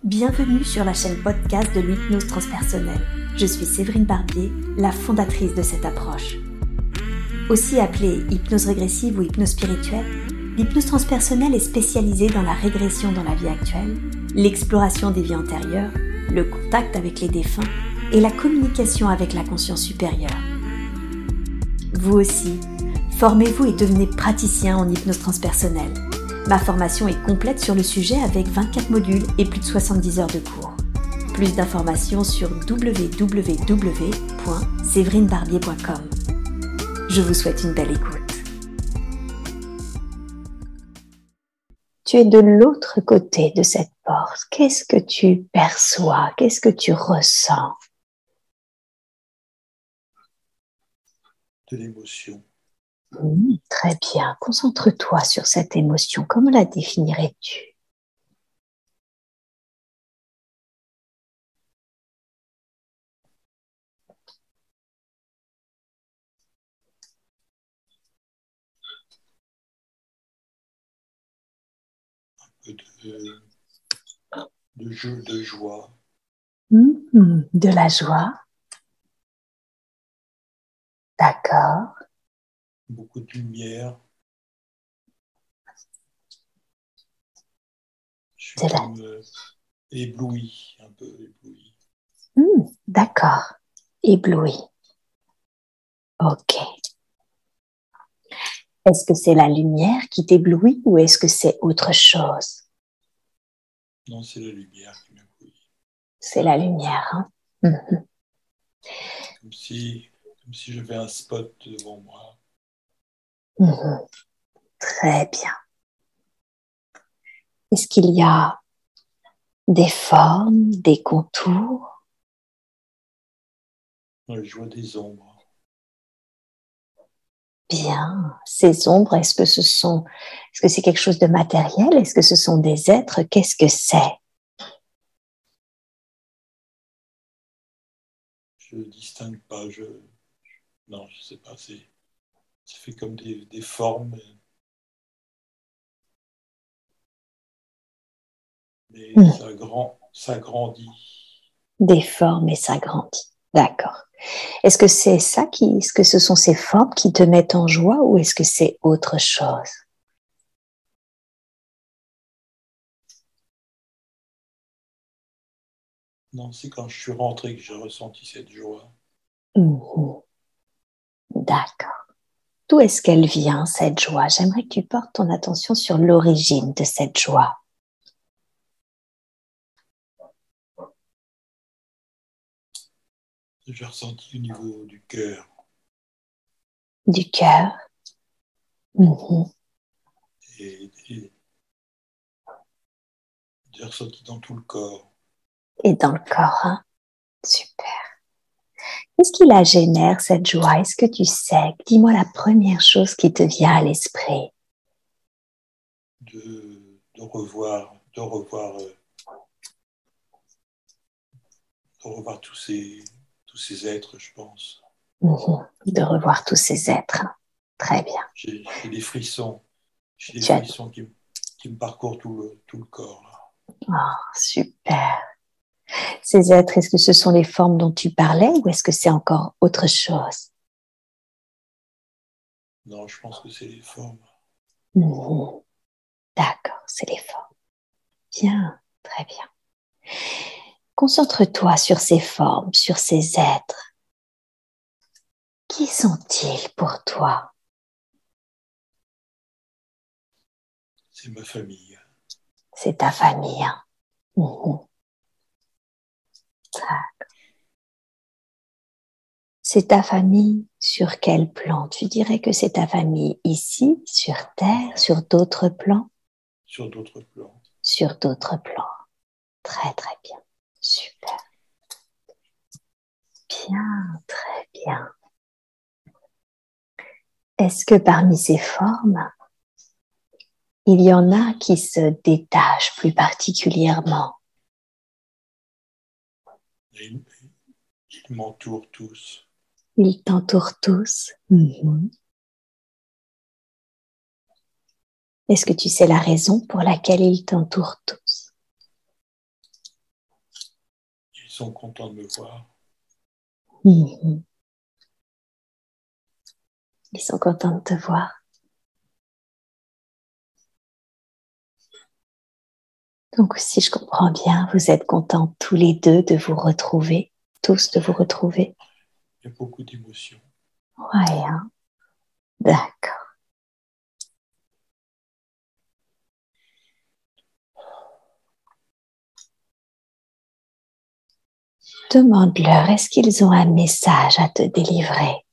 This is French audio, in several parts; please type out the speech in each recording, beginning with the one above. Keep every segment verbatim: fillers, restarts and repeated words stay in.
Bienvenue sur la chaîne podcast de l'hypnose transpersonnelle. Je suis Séverine Barbier, la fondatrice de cette approche. Aussi appelée hypnose régressive ou hypnose spirituelle, l'hypnose transpersonnelle est spécialisée dans la régression dans la vie actuelle, l'exploration des vies antérieures, le contact avec les défunts et la communication avec la conscience supérieure. Vous aussi, formez-vous et devenez praticien en hypnose transpersonnelle. Ma formation est complète sur le sujet avec vingt-quatre modules et plus de soixante-dix heures de cours. Plus d'informations sur w w w point séverine barbier point com. Je vous souhaite une belle écoute. Tu es de l'autre côté de cette porte. Qu'est-ce que tu perçois? Qu'est-ce que tu ressens? De l'émotion. Mmh, très bien. Concentre-toi sur cette émotion. Comment la définirais-tu? Un peu de, de jeu, de joie. Mmh, de la joie. D'accord. Beaucoup de lumière. Je suis De la... comme euh, ébloui, un peu ébloui. Mmh, d'accord. Ébloui. Ok. Est-ce que c'est la lumière qui t'éblouit ou est-ce que c'est autre chose? Non, c'est la lumière qui m'éblouit. C'est la lumière, hein? Mmh. Comme si, comme si j'avais un spot devant moi. Mmh. Très bien. Est-ce qu'il y a des formes, des contours? Ouais, je vois des ombres. Bien. Ces ombres, est-ce que ce sont, est-ce que c'est quelque chose de matériel? Est-ce que ce sont des êtres? Qu'est-ce que c'est? Je ne distingue pas. Je... Non, je ne sais pas. C'est, c'est fait comme des, des formes. Mais Mmh. ça, grand, ça grandit. Des formes et ça grandit. D'accord. Est-ce que c'est ça qui, est-ce que ce sont ces formes qui te mettent en joie ou est-ce que c'est autre chose? Non, c'est quand je suis rentré que j'ai ressenti cette joie. Mmh. D'accord. D'où est-ce qu'elle vient, cette joie? J'aimerais que tu portes ton attention sur l'origine de cette joie. J'ai ressenti au niveau du cœur. Du cœur. Mmh. Et, et j'ai ressenti dans tout le corps. Et dans le corps, hein? Super. Qu'est-ce qui la génère, cette joie? Est-ce que tu sais? Dis-moi la première chose qui te vient à l'esprit. De, de revoir, de revoir, euh, de revoir tous ces, tous ces êtres, je pense. Mmh. De revoir tous ces êtres. Très bien. J'ai, j'ai des frissons, j'ai des Tu as... frissons qui, qui me parcourent tout le, tout le corps. Là. Oh, super. Ces êtres, est-ce que ce sont les formes dont tu parlais ou est-ce que c'est encore autre chose? Non, je pense que c'est les formes. Mmh. D'accord, c'est les formes. Bien, très bien. Concentre-toi sur ces formes, sur ces êtres. Qui sont-ils pour toi? C'est ma famille. C'est ta famille. Hein? Mmh. C'est ta famille sur quel plan? Tu dirais que c'est ta famille ici, sur Terre, sur d'autres plans? Sur d'autres plans. Sur d'autres plans. Très, très bien. Super. Bien, très bien. Est-ce que parmi ces formes, il y en a qui se détachent plus particulièrement? Ils, ils m'entourent tous. Ils t'entourent tous. Mmh. Est-ce que tu sais la raison pour laquelle ils t'entourent tous? sont contents de me voir. Mmh. Ils sont contents de te voir. Donc, si je comprends bien, vous êtes contents tous les deux de vous retrouver, tous de vous retrouver. Il y a beaucoup d'émotions. Ouais, hein? D'accord. Demande-leur, est-ce qu'ils ont un message à te délivrer?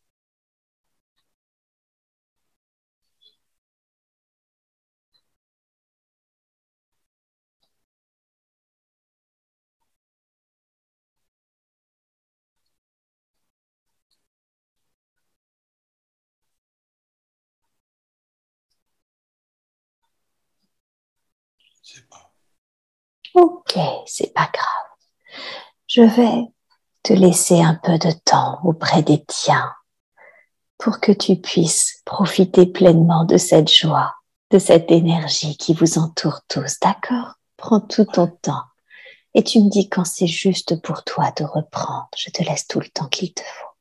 Je ne sais pas. Ok, c'est pas grave. Je vais te laisser un peu de temps auprès des tiens pour que tu puisses profiter pleinement de cette joie, de cette énergie qui vous entoure tous, d'accord? Prends tout ton temps et tu me dis quand c'est juste pour toi de reprendre. Je te laisse tout le temps qu'il te faut.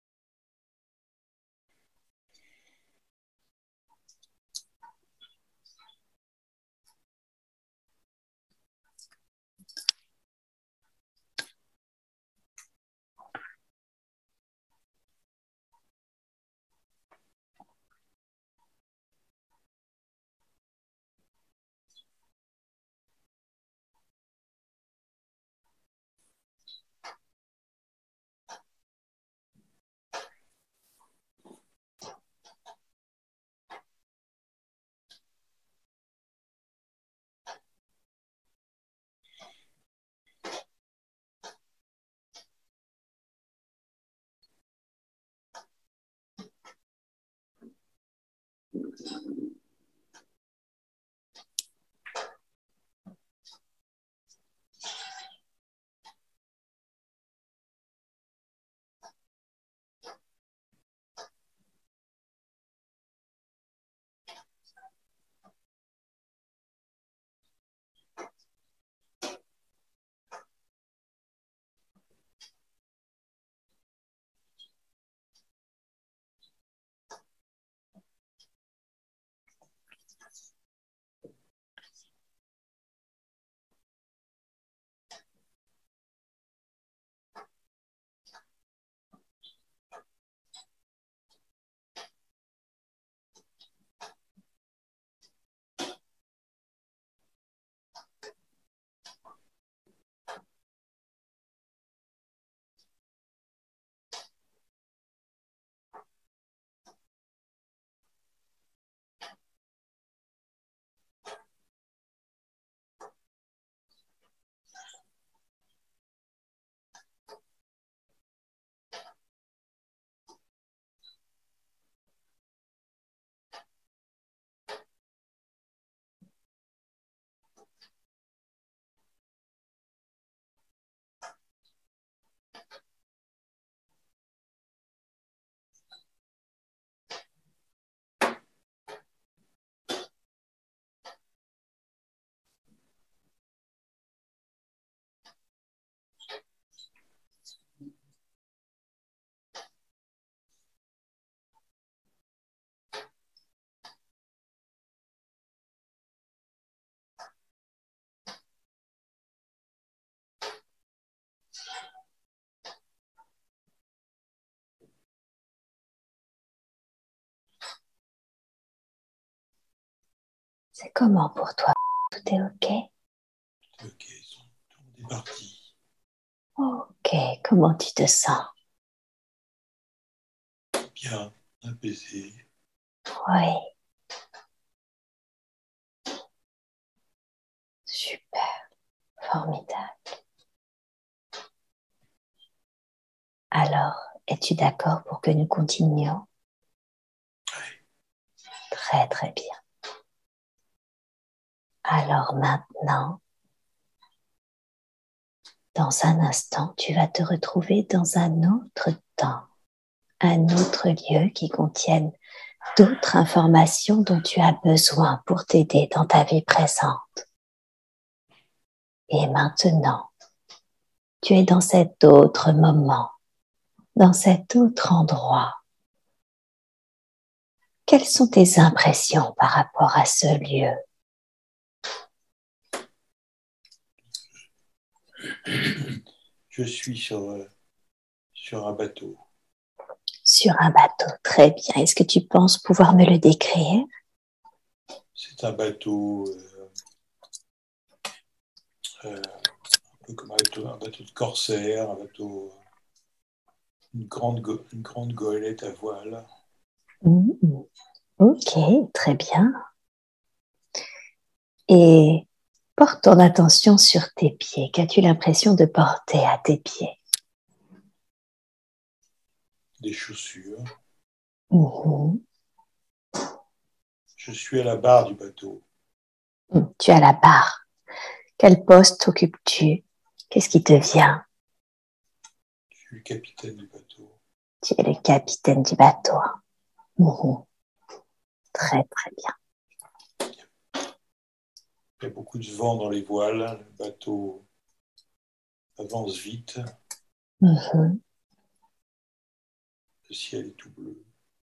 C'est comment pour toi? Tout est ok? Ok, ils sont, tout le monde est parti. Ok, comment tu te sens? Bien, apaisé. Oui. Super, formidable. Alors, es-tu d'accord pour que nous continuions? Oui. Très très bien. Alors maintenant, dans un instant, tu vas te retrouver dans un autre temps, un autre lieu qui contienne d'autres informations dont tu as besoin pour t'aider dans ta vie présente. Et maintenant, tu es dans cet autre moment, dans cet autre endroit. Quelles sont tes impressions par rapport à ce lieu? Je suis sur, sur un bateau. Sur un bateau, très bien. Est-ce que tu penses pouvoir me le décrire? C'est un bateau, euh, euh, un peu comme un bateau, un bateau de corsaire, un bateau, une grande, go- une grande goélette à voile. Mmh. Ok, très bien. Et porte ton attention sur tes pieds. Qu'as-tu l'impression de porter à tes pieds? Des chaussures. Mmh. Je suis à la barre du bateau. Mmh. Tu es à la barre. Quel poste occupes-tu? Qu'est-ce qui te vient? Je suis le capitaine du bateau. Tu es le capitaine du bateau. Mmh. Très, très bien. Il y a beaucoup de vent dans les voiles. Le bateau avance vite. Mmh. Le ciel est tout bleu.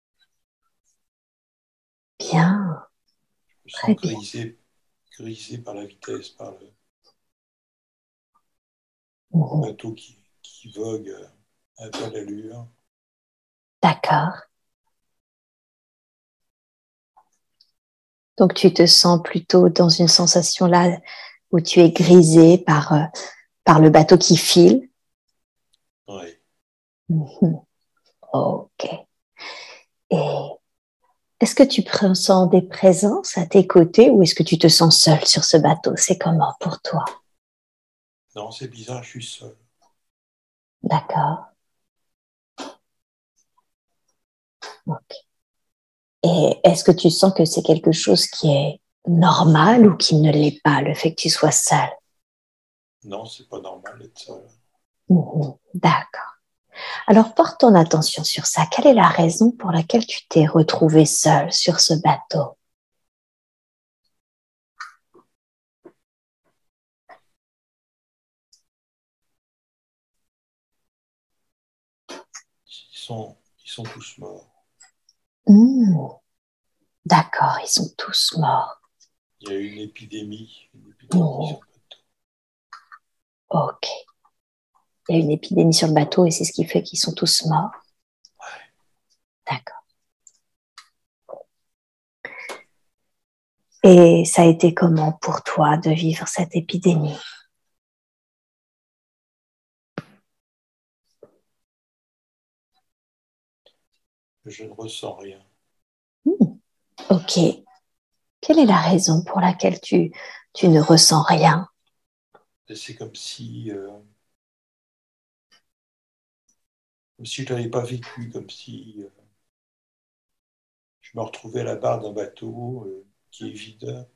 Bien, Je me très sens bien. grisé, grisé par la vitesse, par le Mmh. bateau qui, qui vogue à belle allure. D'accord. Donc, tu te sens plutôt dans une sensation là où tu es grisé par, euh, par le bateau qui file. Oui. Mmh. Ok. Et est-ce que tu ressens des présences à tes côtés ou est-ce que tu te sens seul sur ce bateau? C'est comment pour toi? Non, c'est bizarre, je suis seul. D'accord. Ok. Et est-ce que tu sens que c'est quelque chose qui est normal ou qui ne l'est pas, le fait que tu sois seul? Non, c'est pas normal d'être seul. Mmh. D'accord. Alors, porte ton attention sur ça. Quelle est la raison pour laquelle tu t'es retrouvé seul sur ce bateau? Ils sont, ils sont tous morts. Mmh. D'accord, ils sont tous morts. Il y a eu une épidémie, une épidémie Mmh. sur le bateau. Ok. Il y a une épidémie sur le bateau et c'est ce qui fait qu'ils sont tous morts. Ouais. D'accord. Et ça a été comment pour toi de vivre cette épidémie? Je ne ressens rien. Mmh. Ok. Quelle est la raison pour laquelle tu, tu ne ressens rien? Et c'est comme si, euh, comme si je ne l'avais pas vécu, comme si euh, je me retrouvais à la barre d'un bateau euh, qui est vide.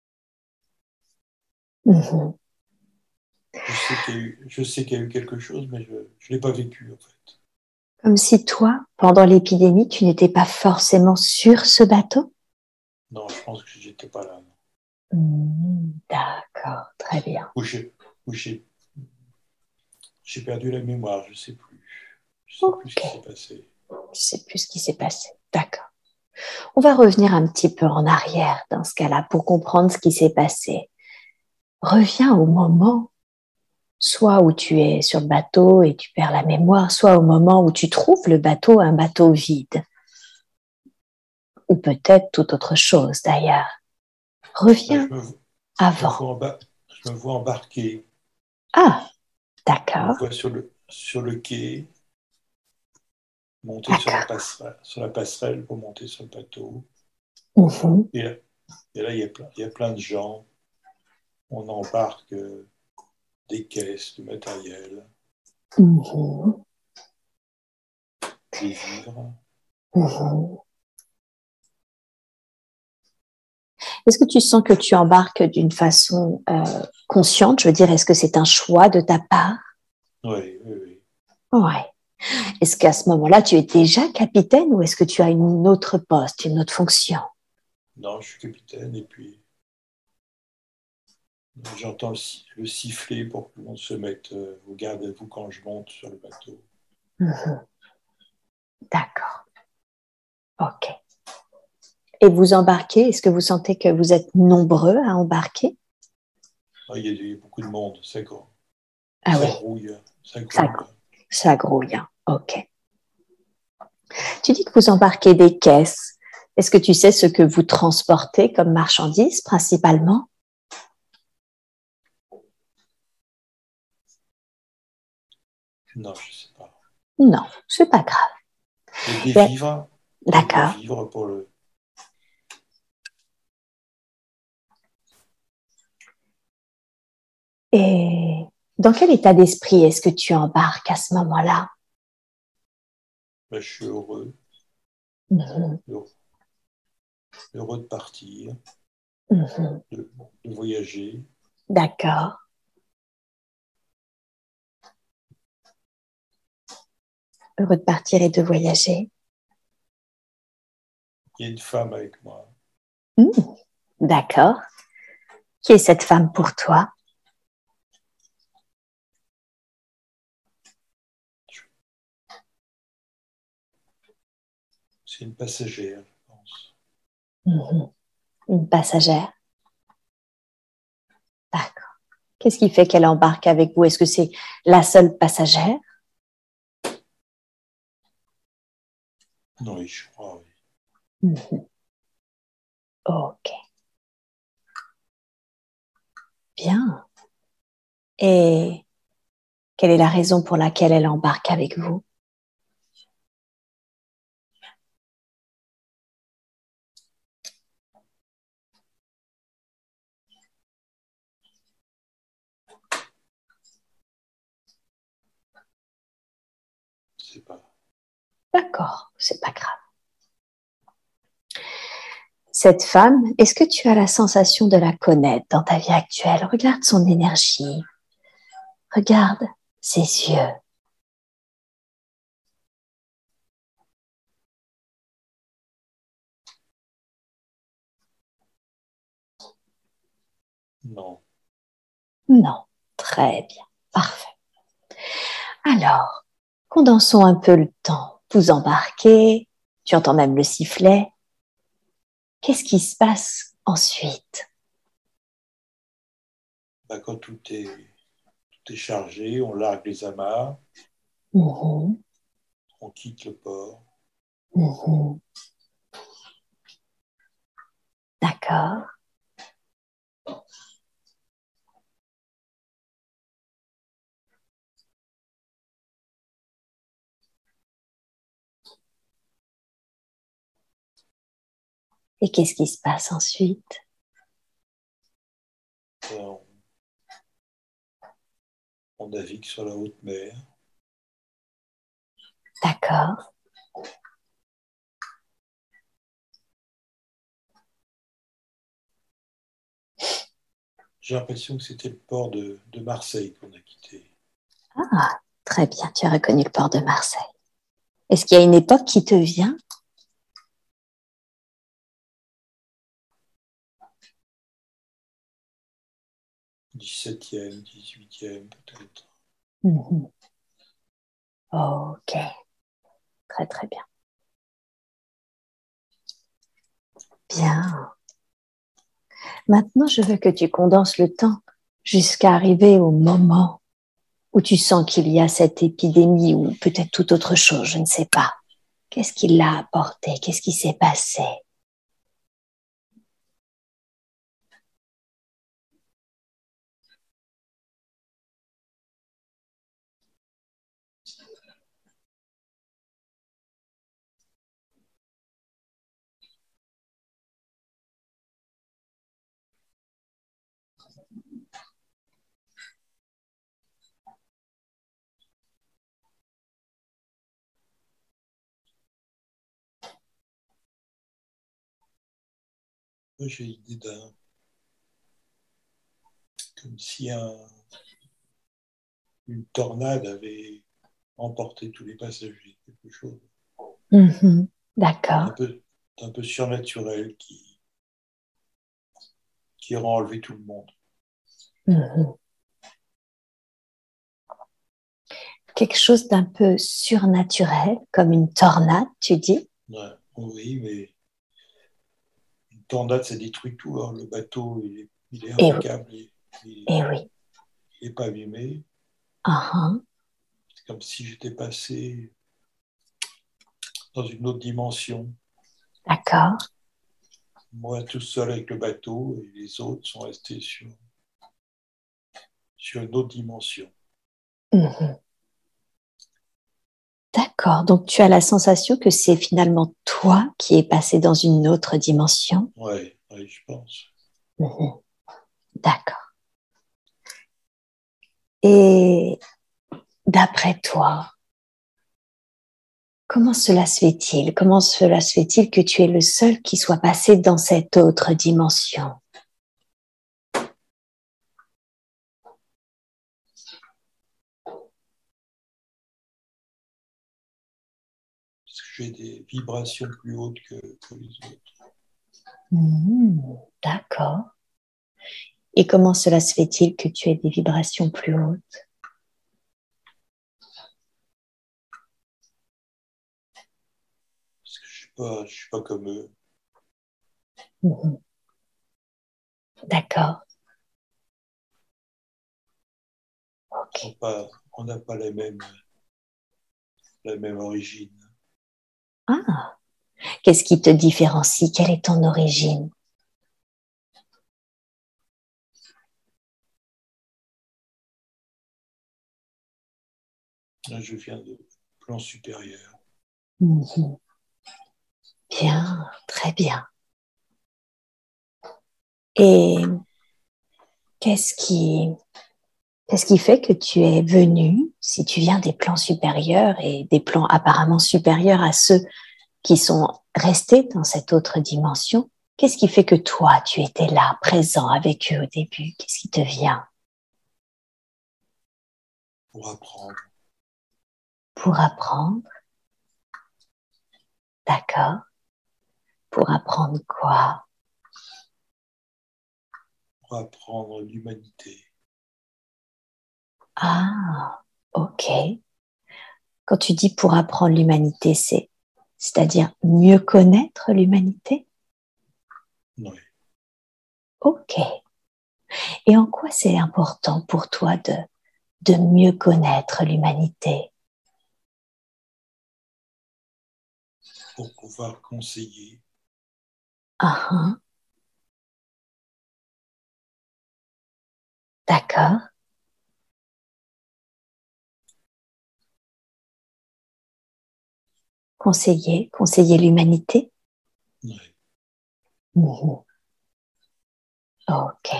Mmh. Je sais qu'il y a eu, je sais qu'il y a eu quelque chose, mais je ne l'ai pas vécu en fait. Comme si toi, pendant l'épidémie, tu n'étais pas forcément sur ce bateau? Non, je pense que j'étais pas là. Mmh. D'accord, très bien. Ou j'ai, ou j'ai, j'ai perdu la mémoire, je ne sais plus. Je ne sais plus ce Ok. qui s'est passé. Je ne sais plus ce qui s'est passé. D'accord. On va revenir un petit peu en arrière dans ce cas-là pour comprendre ce qui s'est passé. Reviens au moment, soit où tu es sur le bateau et tu perds la mémoire, soit au moment où tu trouves le bateau, un bateau vide. Ou peut-être toute autre chose d'ailleurs. Là, Reviens je, me, je, me avant. vois embar- je me vois embarqué. Ah, Je me d'accord, vois sur le, sur le quai, monter sur la, d'accord. passerelle, sur la passerelle pour monter sur le bateau. Mhm, Et là, et là il, y a plein, il y a plein de gens. On embarque euh, des caisses de matériel, mhm, des vivres. mhm. Est-ce que tu sens que tu embarques d'une façon euh, consciente? Je veux dire, est-ce que c'est un choix de ta part? Oui, oui, oui. Ouais. Est-ce qu'à ce moment-là, tu es déjà capitaine ou est-ce que tu as une autre poste, une autre fonction? Non, je suis capitaine et puis J'entends le, le sifflet pour que tout le monde se mette euh, au garde à vous quand je monte sur le bateau. Mhm. D'accord. OK. Et vous embarquez, est-ce que vous sentez que vous êtes nombreux à embarquer? Ah, il y a des- beaucoup de monde, ça, gr- Ah ça oui, grouille, ça ça, grouille. ça grouille. Hein. OK. Tu dis que vous embarquez des caisses. Est-ce que tu sais ce que vous transportez comme marchandises principalement? Non, je ne sais pas. Non, c'est pas grave. Il y a des Bien. vivres, il y a des D'accord. vivres pour le... Et dans quel état d'esprit est-ce que tu embarques à ce moment-là? Ben, je suis heureux, Mhm. heureux, heureux de partir, Mhm. de, de voyager. D'accord. Heureux de partir et de voyager. Il y a une femme avec moi. Mhm. D'accord. Qui est cette femme pour toi? C'est une passagère, je pense. Mhm. Une passagère. D'accord. Qu'est-ce qui fait qu'elle embarque avec vous? Est-ce que c'est la seule passagère? Oui, je crois, oui. Mhm. OK. Bien. Et quelle est la raison pour laquelle elle embarque avec vous? Je sais pas. D'accord, c'est pas grave. Cette femme, est-ce que tu as la sensation de la connaître dans ta vie actuelle? Regarde son énergie, regarde ses yeux. Non. Non, très bien, parfait. Alors, condensons un peu le temps. Vous embarquez, tu entends même le sifflet. Qu'est-ce qui se passe ensuite? Ben, quand tout est, tout est chargé, on largue les amarres, Mhm, on quitte le port. mhm. D'accord. Et qu'est-ce qui se passe ensuite? Ben, on, on navigue sur la haute mer. D'accord. J'ai l'impression que c'était le port de, de Marseille qu'on a quitté. Ah, très bien, tu as reconnu le port de Marseille. Est-ce qu'il y a une époque qui te vient? dix-septième, dix-huitième peut-être. Mhm. Ok, très très bien. Bien. Maintenant, je veux que tu condenses le temps jusqu'à arriver au moment où tu sens qu'il y a cette épidémie ou peut-être toute autre chose, je ne sais pas. Qu'est-ce qui l'a apporté? Qu'est-ce qui s'est passé? Moi, j'ai l'idée d'un... comme si un, une tornade avait emporté tous les passagers, quelque chose Mhm. D'accord. d'un peu, d'un peu surnaturel qui, qui aura enlevé tout le monde. Mhm. Quelque chose d'un peu surnaturel, comme une tornade, tu dis? Ouais, oui, mais une tornade, ça détruit tout. Hein. Le bateau, il est, il est Eh oui, impeccable, il eh oui. n'est pas abîmé. Uh-huh. C'est comme si j'étais passé dans une autre dimension. D'accord. Moi, tout seul avec le bateau, et les autres sont restés sur, sur une autre dimension. Mhm. D'accord. Donc, tu as la sensation que c'est finalement toi qui es passé dans une autre dimension. Oui, ouais, je pense. Mhm. D'accord. Et d'après toi, comment cela se fait-il? Comment cela se fait-il que tu es le seul qui soit passé dans cette autre dimension? Parce que j'ai des vibrations plus hautes que, que les autres. Mhm. D'accord. Et comment cela se fait-il que tu aies des vibrations plus hautes? Parce que je suis pas, je suis pas comme eux. Mhm. D'accord. On n'a Ok. pas, on n'a pas la même, la même origine. Ah, qu'est-ce qui te différencie? Quelle est ton origine? Là, je viens de plan supérieur. Mhm. Bien, très bien. Et qu'est-ce qui, qu'est-ce qui fait que tu es venu, si tu viens des plans supérieurs et des plans apparemment supérieurs à ceux qui sont restés dans cette autre dimension, qu'est-ce qui fait que toi, tu étais là, présent avec eux au début? Qu'est-ce qui te vient? Pour apprendre. Pour apprendre, d'accord? Pour apprendre quoi? Pour apprendre l'humanité. Ah, ok. Quand tu dis pour apprendre l'humanité, c'est, c'est-à-dire mieux connaître l'humanité? Oui. Ok. Et en quoi c'est important pour toi de, de mieux connaître l'humanité? Pour pouvoir conseiller. Ah, ah. D'accord. Conseiller, conseiller l'humanité? Oui. Mhm. Ok.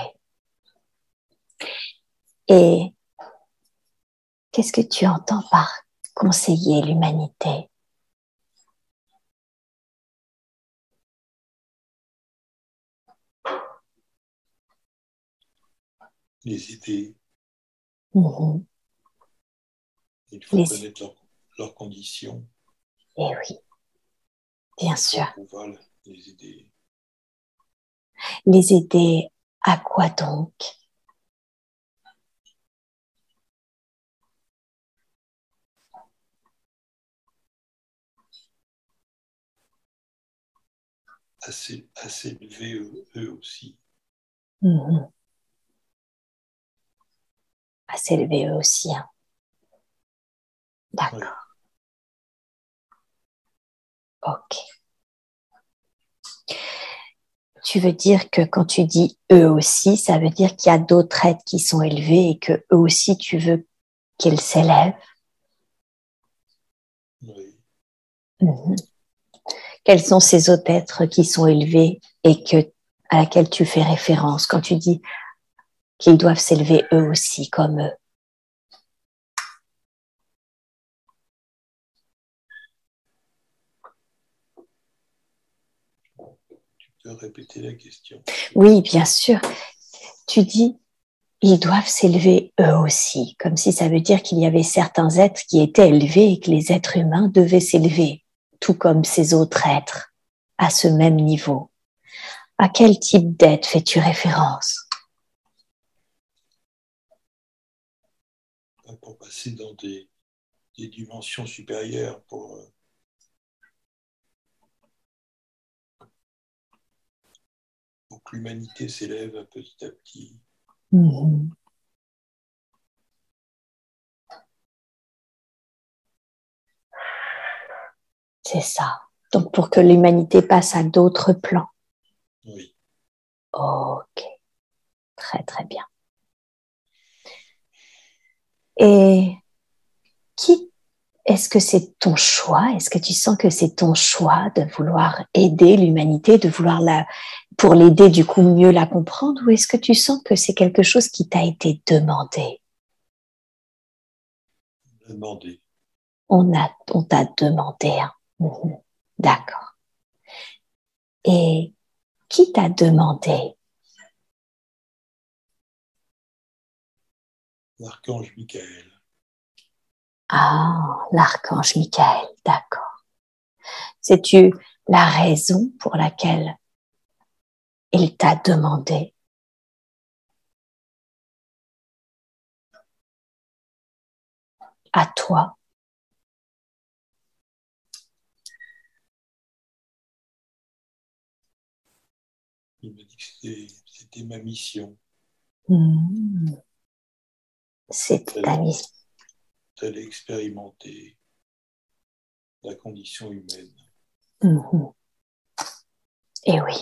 Et qu'est-ce que tu entends par conseiller l'humanité? Les aider. Mhm. Il faut Les... connaître leurs leurs conditions Eh oui, bien sûr. pour pouvoir les aider. Les aider à quoi donc? À s'élever eux, eux aussi. Mhm. À s'élever eux aussi. Hein. Oui. D'accord. Ok. Tu veux dire que quand tu dis eux aussi, ça veut dire qu'il y a d'autres êtres qui sont élevés et que eux aussi, tu veux qu'ils s'élèvent? Oui. Mhm. Quels sont ces autres êtres qui sont élevés et que, à laquelle tu fais référence quand tu dis qu'ils doivent s'élever eux aussi comme eux? Tu peux répéter la question. Oui, bien sûr. Tu dis ils doivent s'élever eux aussi, comme si ça veut dire qu'il y avait certains êtres qui étaient élevés et que les êtres humains devaient s'élever, tout comme ces autres êtres, à ce même niveau. À quel type d'être fais-tu référence? pour passer dans des, des dimensions supérieures, pour, euh, pour que l'humanité s'élève petit à petit. Mhm. C'est ça. Donc, pour que l'humanité passe à d'autres plans. Oui. Ok, très très bien. Et qui est-ce que c'est ton choix? Est-ce que tu sens que c'est ton choix de vouloir aider l'humanité, de vouloir la, pour l'aider du coup mieux la comprendre, ou est-ce que tu sens que c'est quelque chose qui t'a été demandé? Demandé. On a, on t'a demandé. Hein. Mhm. D'accord. Et qui t'a demandé? L'archange Michael. Ah, l'archange Michael, d'accord. Sais-tu la raison pour laquelle il t'a demandé? À toi? Il m'a dit que c'était, c'était ma mission. Mmh. C'était ta mission. D'aller expérimenter la condition humaine. Mmh. Et oui.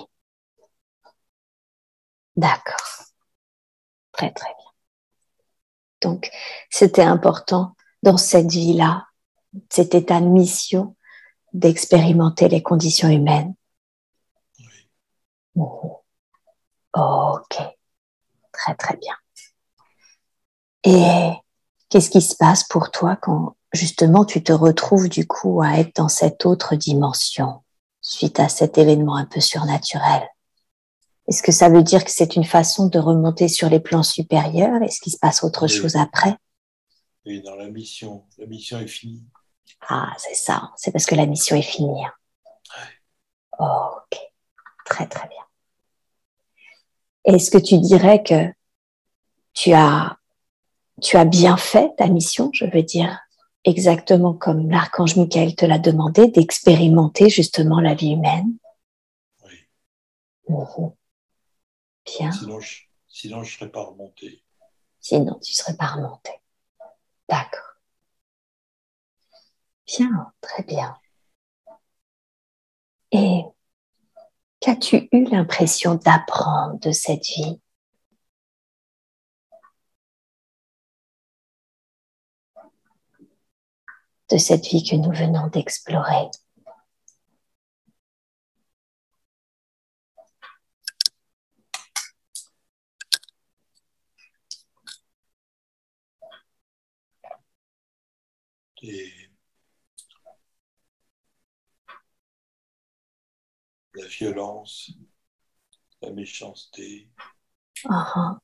D'accord. Très, très bien. Donc, c'était important dans cette vie-là. C'était ta mission d'expérimenter les conditions humaines. Oui. Mmh. Ok. Très, très bien. Et qu'est-ce qui se passe pour toi quand justement tu te retrouves du coup à être dans cette autre dimension suite à cet événement un peu surnaturel? Est-ce que ça veut dire que c'est une façon de remonter sur les plans supérieurs? Est-ce qu'il se passe autre Oui. chose après? Oui, dans la mission. La mission est finie. Ah, c'est ça. C'est parce que la mission est finie. Ouais. Ok. Très, très bien. Est-ce que tu dirais que tu as, tu as bien fait ta mission, je veux dire, exactement comme l'archange Michael te l'a demandé, d'expérimenter justement la vie humaine? Oui. Mmh. Bien. Sinon, je sinon, je serais pas remonté. Sinon, tu ne serais pas remonté. D'accord. Bien, très bien. Et qu'as-tu eu l'impression d'apprendre de cette vie? De cette vie que nous venons d'explorer? Et la violence, la méchanceté, Uh-huh.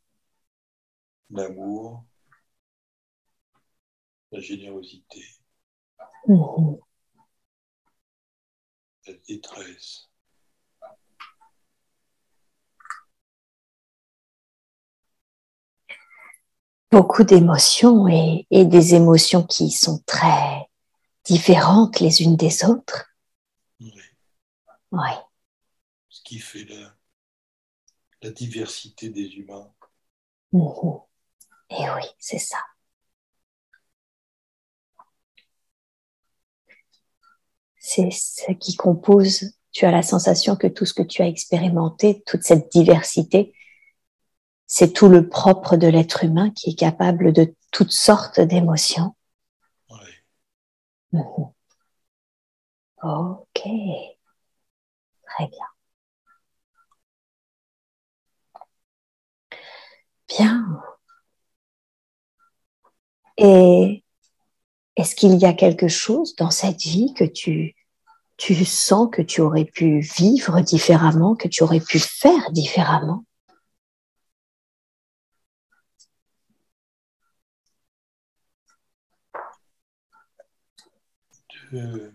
l'amour, la générosité, Mm-hmm. la détresse. Beaucoup d'émotions et, et des émotions qui sont très différentes les unes des autres. Oui. Oui. Ce qui fait la, la diversité des humains. Mm-hmm. Et oui, c'est ça. C'est ce qui compose, tu as la sensation que tout ce que tu as expérimenté, toute cette diversité, c'est tout le propre de l'être humain qui est capable de toutes sortes d'émotions. Oui. Mm-hmm. Ok, très bien. Bien. Et est-ce qu'il y a quelque chose dans cette vie que tu, tu sens que tu aurais pu vivre différemment, que tu aurais pu faire différemment? De,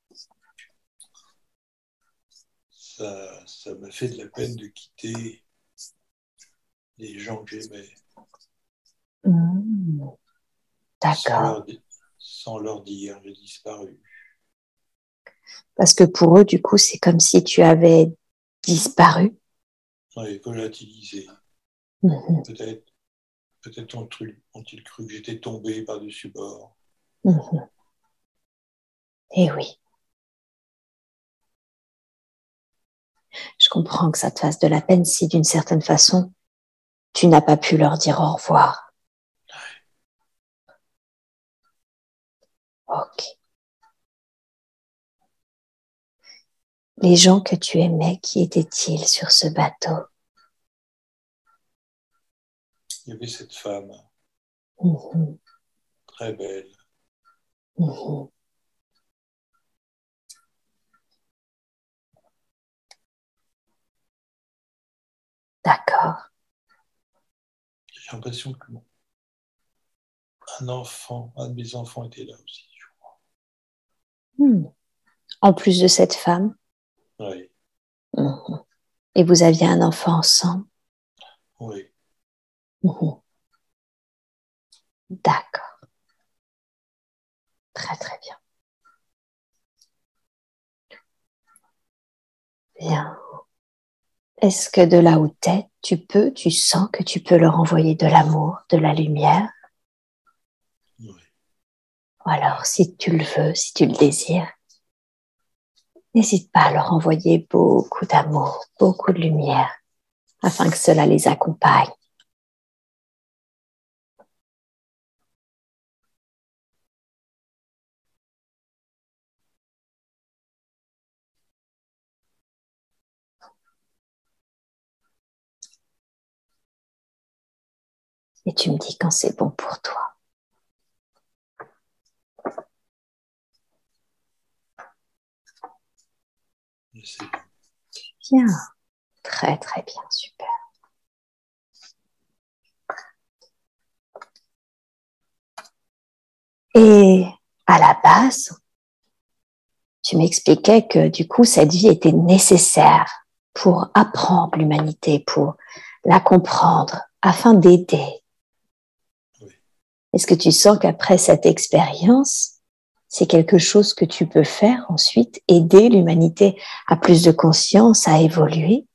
ça, ça m'a fait de la peine de quitter les gens que j'aimais. Mmh. sans D'accord. leur, di- sans leur dire, j'ai disparu. Parce que pour eux, du coup, c'est comme si tu avais disparu. Ouais, volatilisé. Mhm, Peut-être, peut-être ont-ils ont-ils cru que j'étais tombé par-dessus bord. mhm. Et oui, je comprends que ça te fasse de la peine si, d'une certaine façon, tu n'as pas pu leur dire au revoir. Ok. Les gens que tu aimais, qui étaient-ils sur ce bateau? Il y avait cette femme, Mhm, très belle. mhm. D'accord. J'ai l'impression que mon- un enfant, un de mes enfants était là aussi. Hmm. En plus de cette femme, Oui, mhm. Et vous aviez un enfant ensemble. oui. Mhm. D'accord. Très, très bien. Bien. Est-ce que de là où t'es, tu peux, tu sens que tu peux leur envoyer de l'amour, de la lumière? Oui. Ou alors, si tu le veux, si tu le désires, n'hésite pas à leur envoyer beaucoup d'amour, beaucoup de lumière, afin que cela les accompagne. Et tu me dis quand c'est bon pour toi. C'est bon. Bien. Très, très bien. Super. Et à la base, tu m'expliquais que du coup, cette vie était nécessaire pour apprendre l'humanité, pour la comprendre, afin d'aider. Oui. Est-ce que tu sens qu'après cette expérience, c'est quelque chose que tu peux faire ensuite, aider l'humanité à plus de conscience, à évoluer?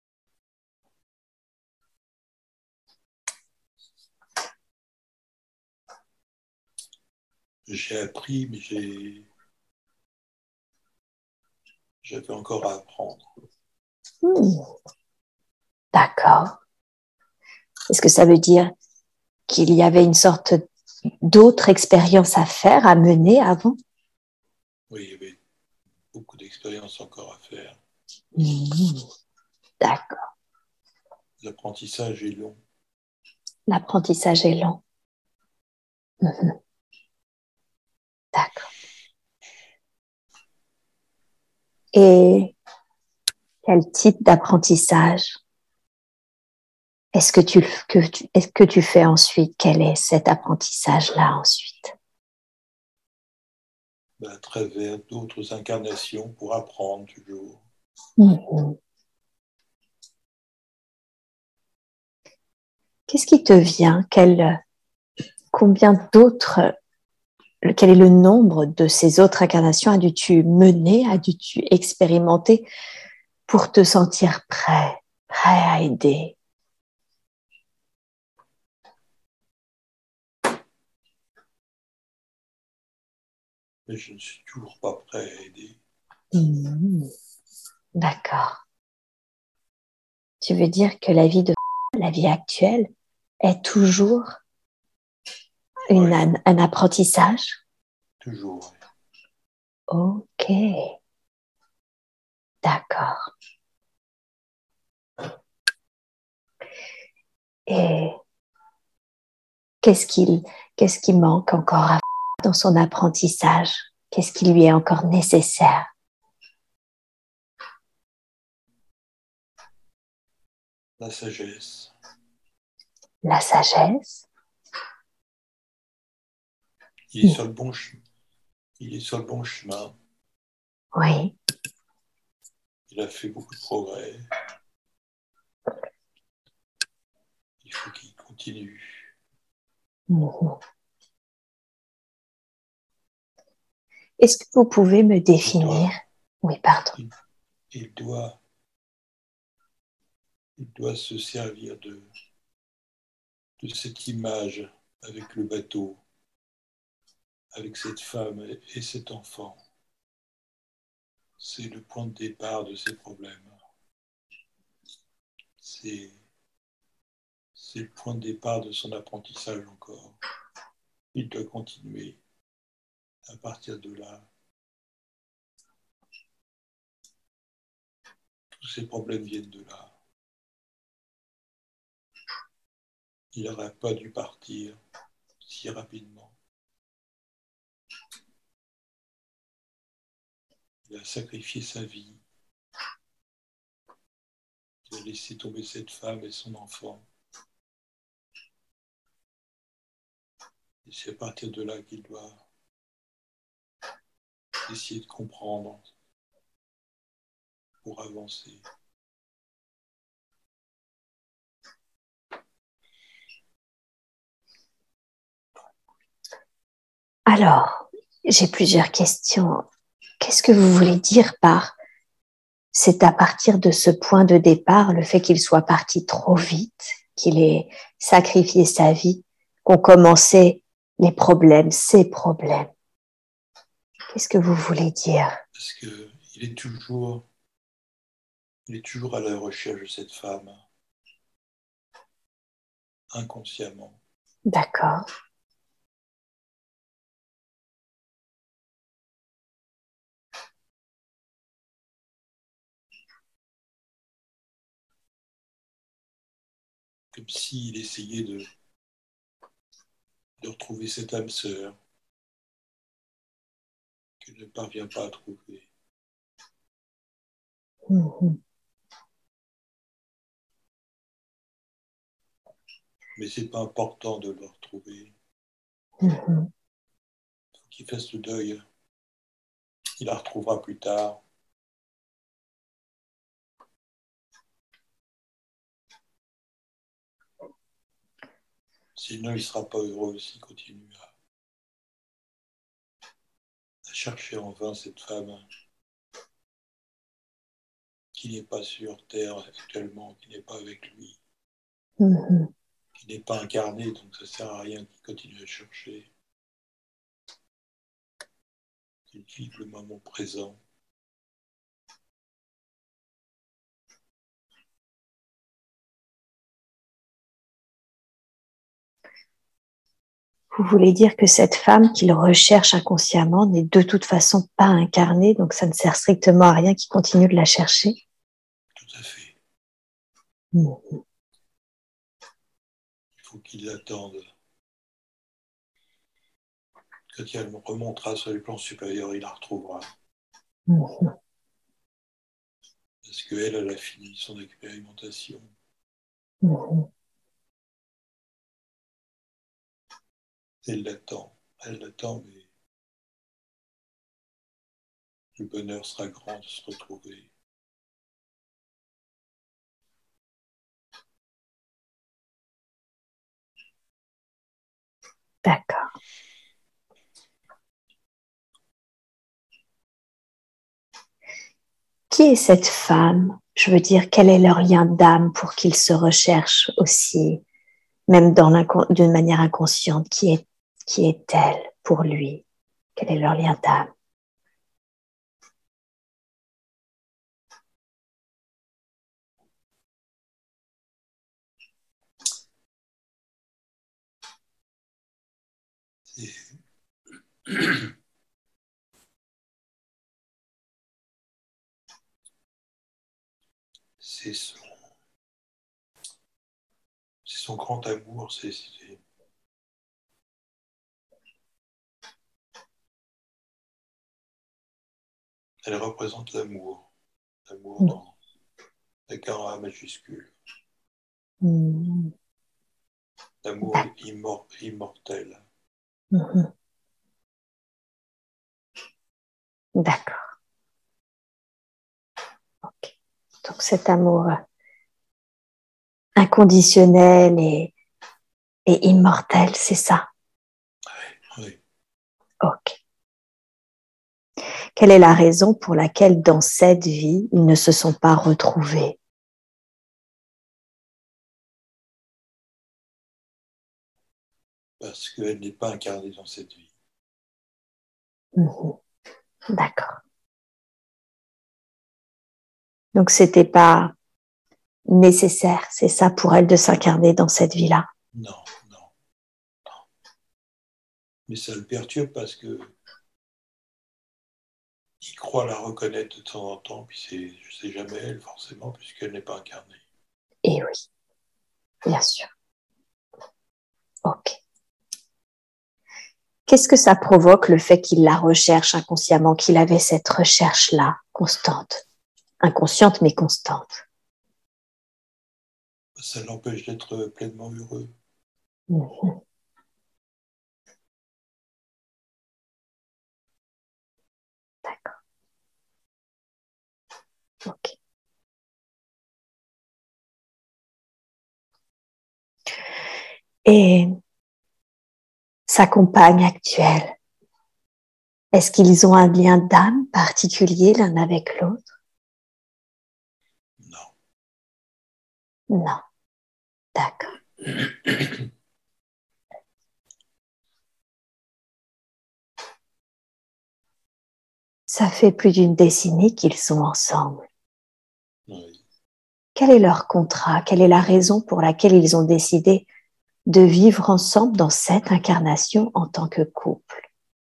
J'ai appris, mais j'ai, j'avais encore à apprendre. Hmm, d'accord. Est-ce que ça veut dire qu'il y avait une sorte d'autre expérience à faire, à mener avant? Oui, il y avait beaucoup d'expériences encore à faire. Hmm, d'accord. L'apprentissage est long. L'apprentissage est lent. Mhm, d'accord. Et quel type d'apprentissage est-ce que tu, que tu, est-ce que tu fais ensuite? Quel est cet apprentissage-là ensuite? Ben, à travers d'autres incarnations pour apprendre toujours. Mhm. Qu'est-ce qui te vient? Quel, combien d'autres, quel est le nombre de ces autres incarnations as-tu mené, as-tu expérimenté pour te sentir prêt, prêt à aider? Mais je ne suis toujours pas prêt à aider. Mhm. D'accord. Tu veux dire que la vie de la vie actuelle est toujours une, Oui, un, un apprentissage? toujours. Ok, d'accord. Et qu'est-ce qu'il, qu'est-ce qui manque encore à dans son apprentissage? Qu'est-ce qui lui est encore nécessaire? La sagesse. La sagesse? Il est sur le bon chemin. Il est sur le bon chemin. Oui. Il a fait beaucoup de progrès. Il faut qu'il continue. Mhm. Est-ce que vous pouvez me Il définir? doit, Oui, pardon. il, il doit, il doit se servir de, de cette image avec le bateau, avec cette femme et cet enfant. C'est le point de départ de ses problèmes. C'est, c'est le point de départ de son apprentissage encore. Il doit continuer à partir de là. Tous ces problèmes viennent de là. Il n'aurait pas dû partir si rapidement. Il a sacrifié sa vie. Il a laissé tomber cette femme et son enfant. Et c'est à partir de là qu'il doit essayer de comprendre pour avancer. Alors, j'ai plusieurs questions. Qu'est-ce que vous voulez dire par c'est à partir de ce point de départ, le fait qu'il soit parti trop vite, qu'il ait sacrifié sa vie, qu'ont commencé les problèmes, ses problèmes? Qu'est-ce que vous voulez dire? Parce qu'il est toujours, il est toujours à la recherche de cette femme, inconsciemment. D'accord. Comme s'il essayait de, de retrouver cette âme sœur qu'il ne parvient pas à trouver. Mmh. Mais c'est pas important de le retrouver. Mmh. Il faut qu'il fasse le deuil. Il la retrouvera plus tard. Sinon, il ne sera pas heureux s'il continue à, à chercher en vain cette femme qui n'est pas sur Terre actuellement, qui n'est pas avec lui, Mmh. qui n'est pas incarnée, donc ça ne sert à rien qu'il continue à chercher. Qu'il vive le moment présent. Vous voulez dire que cette femme qu'il recherche inconsciemment n'est de toute façon pas incarnée, donc ça ne sert strictement à rien qu'il continue de la chercher? Tout à fait. Mmh. Il faut qu'il l'attende. Quand il remontera sur les plans supérieurs, il la retrouvera. Mmh. Parce qu'elle, elle a fini son expérimentation. Mmh. Elle l'attend. Elle l'attend, mais le bonheur sera grand de se retrouver. D'accord. Qui est cette femme? Je veux dire, quel est leur lien d'âme pour qu'ils se recherchent aussi, même dans d'une manière inconsciente? Qui est, qui est-elle pour lui? Quel est leur lien d'âme? C'est son, c'est son grand amour. C'est, c'est... Elle représente l'amour. L'amour Mmh. dans, avec un A majuscule. Mmh. L'amour immor- immortel. Mmh. D'accord. Okay. Donc cet amour inconditionnel et, et immortel, c'est ça? Oui. Ok. Quelle est la raison pour laquelle dans cette vie, ils ne se sont pas retrouvés? Parce qu'elle n'est pas incarnée dans cette vie. Mmh. D'accord. Donc, c'était pas nécessaire, c'est ça pour elle de s'incarner dans cette vie-là? Non, non, non. Mais ça le perturbe parce que il croit la reconnaître de temps en temps, puis c'est, je sais jamais elle, forcément, puisqu'elle n'est pas incarnée. Eh oui, bien sûr. Ok. Qu'est-ce que ça provoque, le fait qu'il la recherche inconsciemment, qu'il avait cette recherche-là, constante, inconsciente mais constante? Ça l'empêche d'être pleinement heureux. Mmh. D'accord. Ok. Et sa compagne actuelle, est-ce qu'ils ont un lien d'âme particulier l'un avec l'autre? Non. Non. D'accord. Ça fait plus d'une décennie qu'ils sont ensemble. Oui. Quel est leur contrat? Quelle est la raison pour laquelle ils ont décidé de vivre ensemble dans cette incarnation en tant que couple?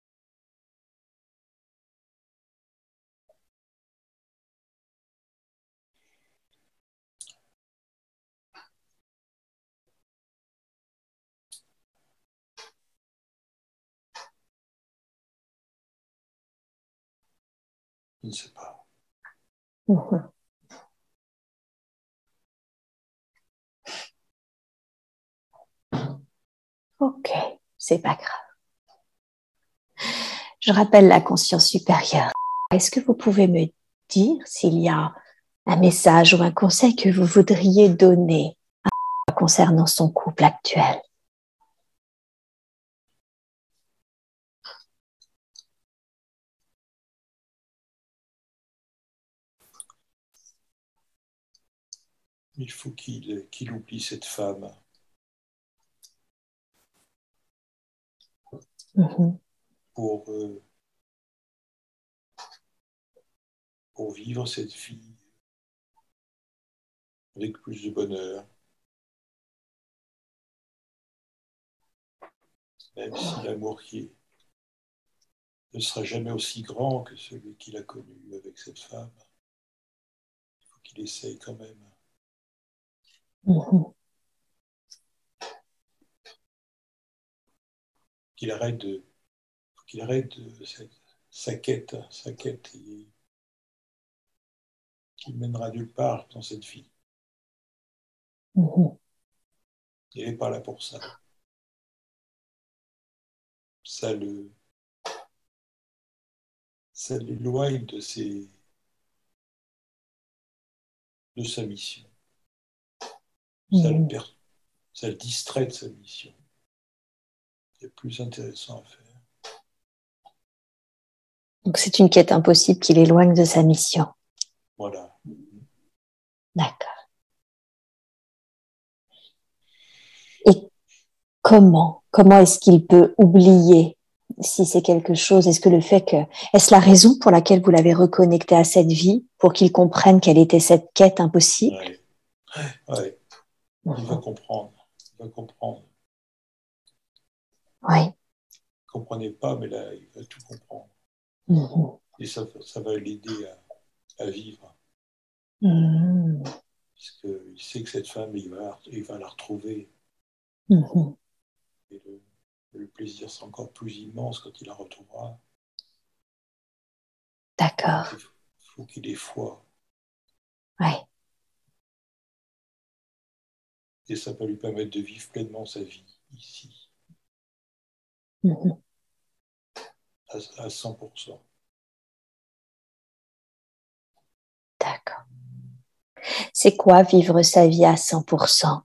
Je ne sais pas. Mmh. Ok, c'est pas grave. Je rappelle la conscience supérieure. Est-ce que vous pouvez me dire s'il y a un message ou un conseil que vous voudriez donner concernant son couple actuel? Il faut qu'il, qu'il oublie cette femme. Mmh. Pour, euh, pour vivre cette vie avec plus de bonheur. Même si l'amour qui est, ne sera jamais aussi grand que celui qu'il a connu avec cette femme, il faut qu'il essaye quand même. Mmh. Qu'il arrête de, qu'il arrête de cette, sa quête, sa quête qui, qui mènera nulle part dans cette vie. Mmh. Il n'est pas là pour ça. Ça le, ça l'éloigne de ses, de sa mission. Ça le, Mmh. per, ça le distrait de sa mission. C'est plus intéressant à faire. Donc c'est une quête impossible qui l'éloigne de sa mission. Voilà. D'accord. Et comment, comment est-ce qu'il peut oublier si c'est quelque chose? Est-ce que le fait que, est-ce la raison pour laquelle vous l'avez reconnecté à cette vie, pour qu'il comprenne quelle était cette quête impossible? Ouais. Ouais. Il va comprendre. Il va comprendre. Oui. Il ne comprenait pas, mais là, il va tout comprendre. Mmh. Et ça, ça va l'aider à, à vivre. Mmh. Parce qu'il sait que cette femme, il va, il va la retrouver. Mmh. Et le, le plaisir sera encore plus immense quand il la retrouvera. D'accord. Il faut, faut qu'il ait foi. Oui. Et ça va lui permettre de vivre pleinement sa vie ici, Mmh. à, à cent pour cent. D'accord. C'est quoi vivre sa vie à cent pour cent?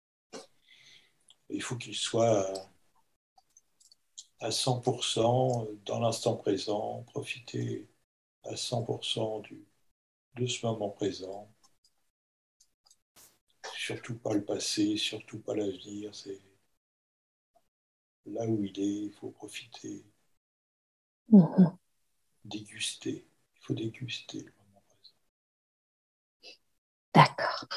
Il faut qu'il soit à, à cent pour cent dans l'instant présent, profiter à cent pour cent du, de ce moment présent. Surtout pas le passé, surtout pas l'avenir. C'est là où il est, il faut profiter, Mhm. déguster. Il faut déguster le moment présent. D'accord.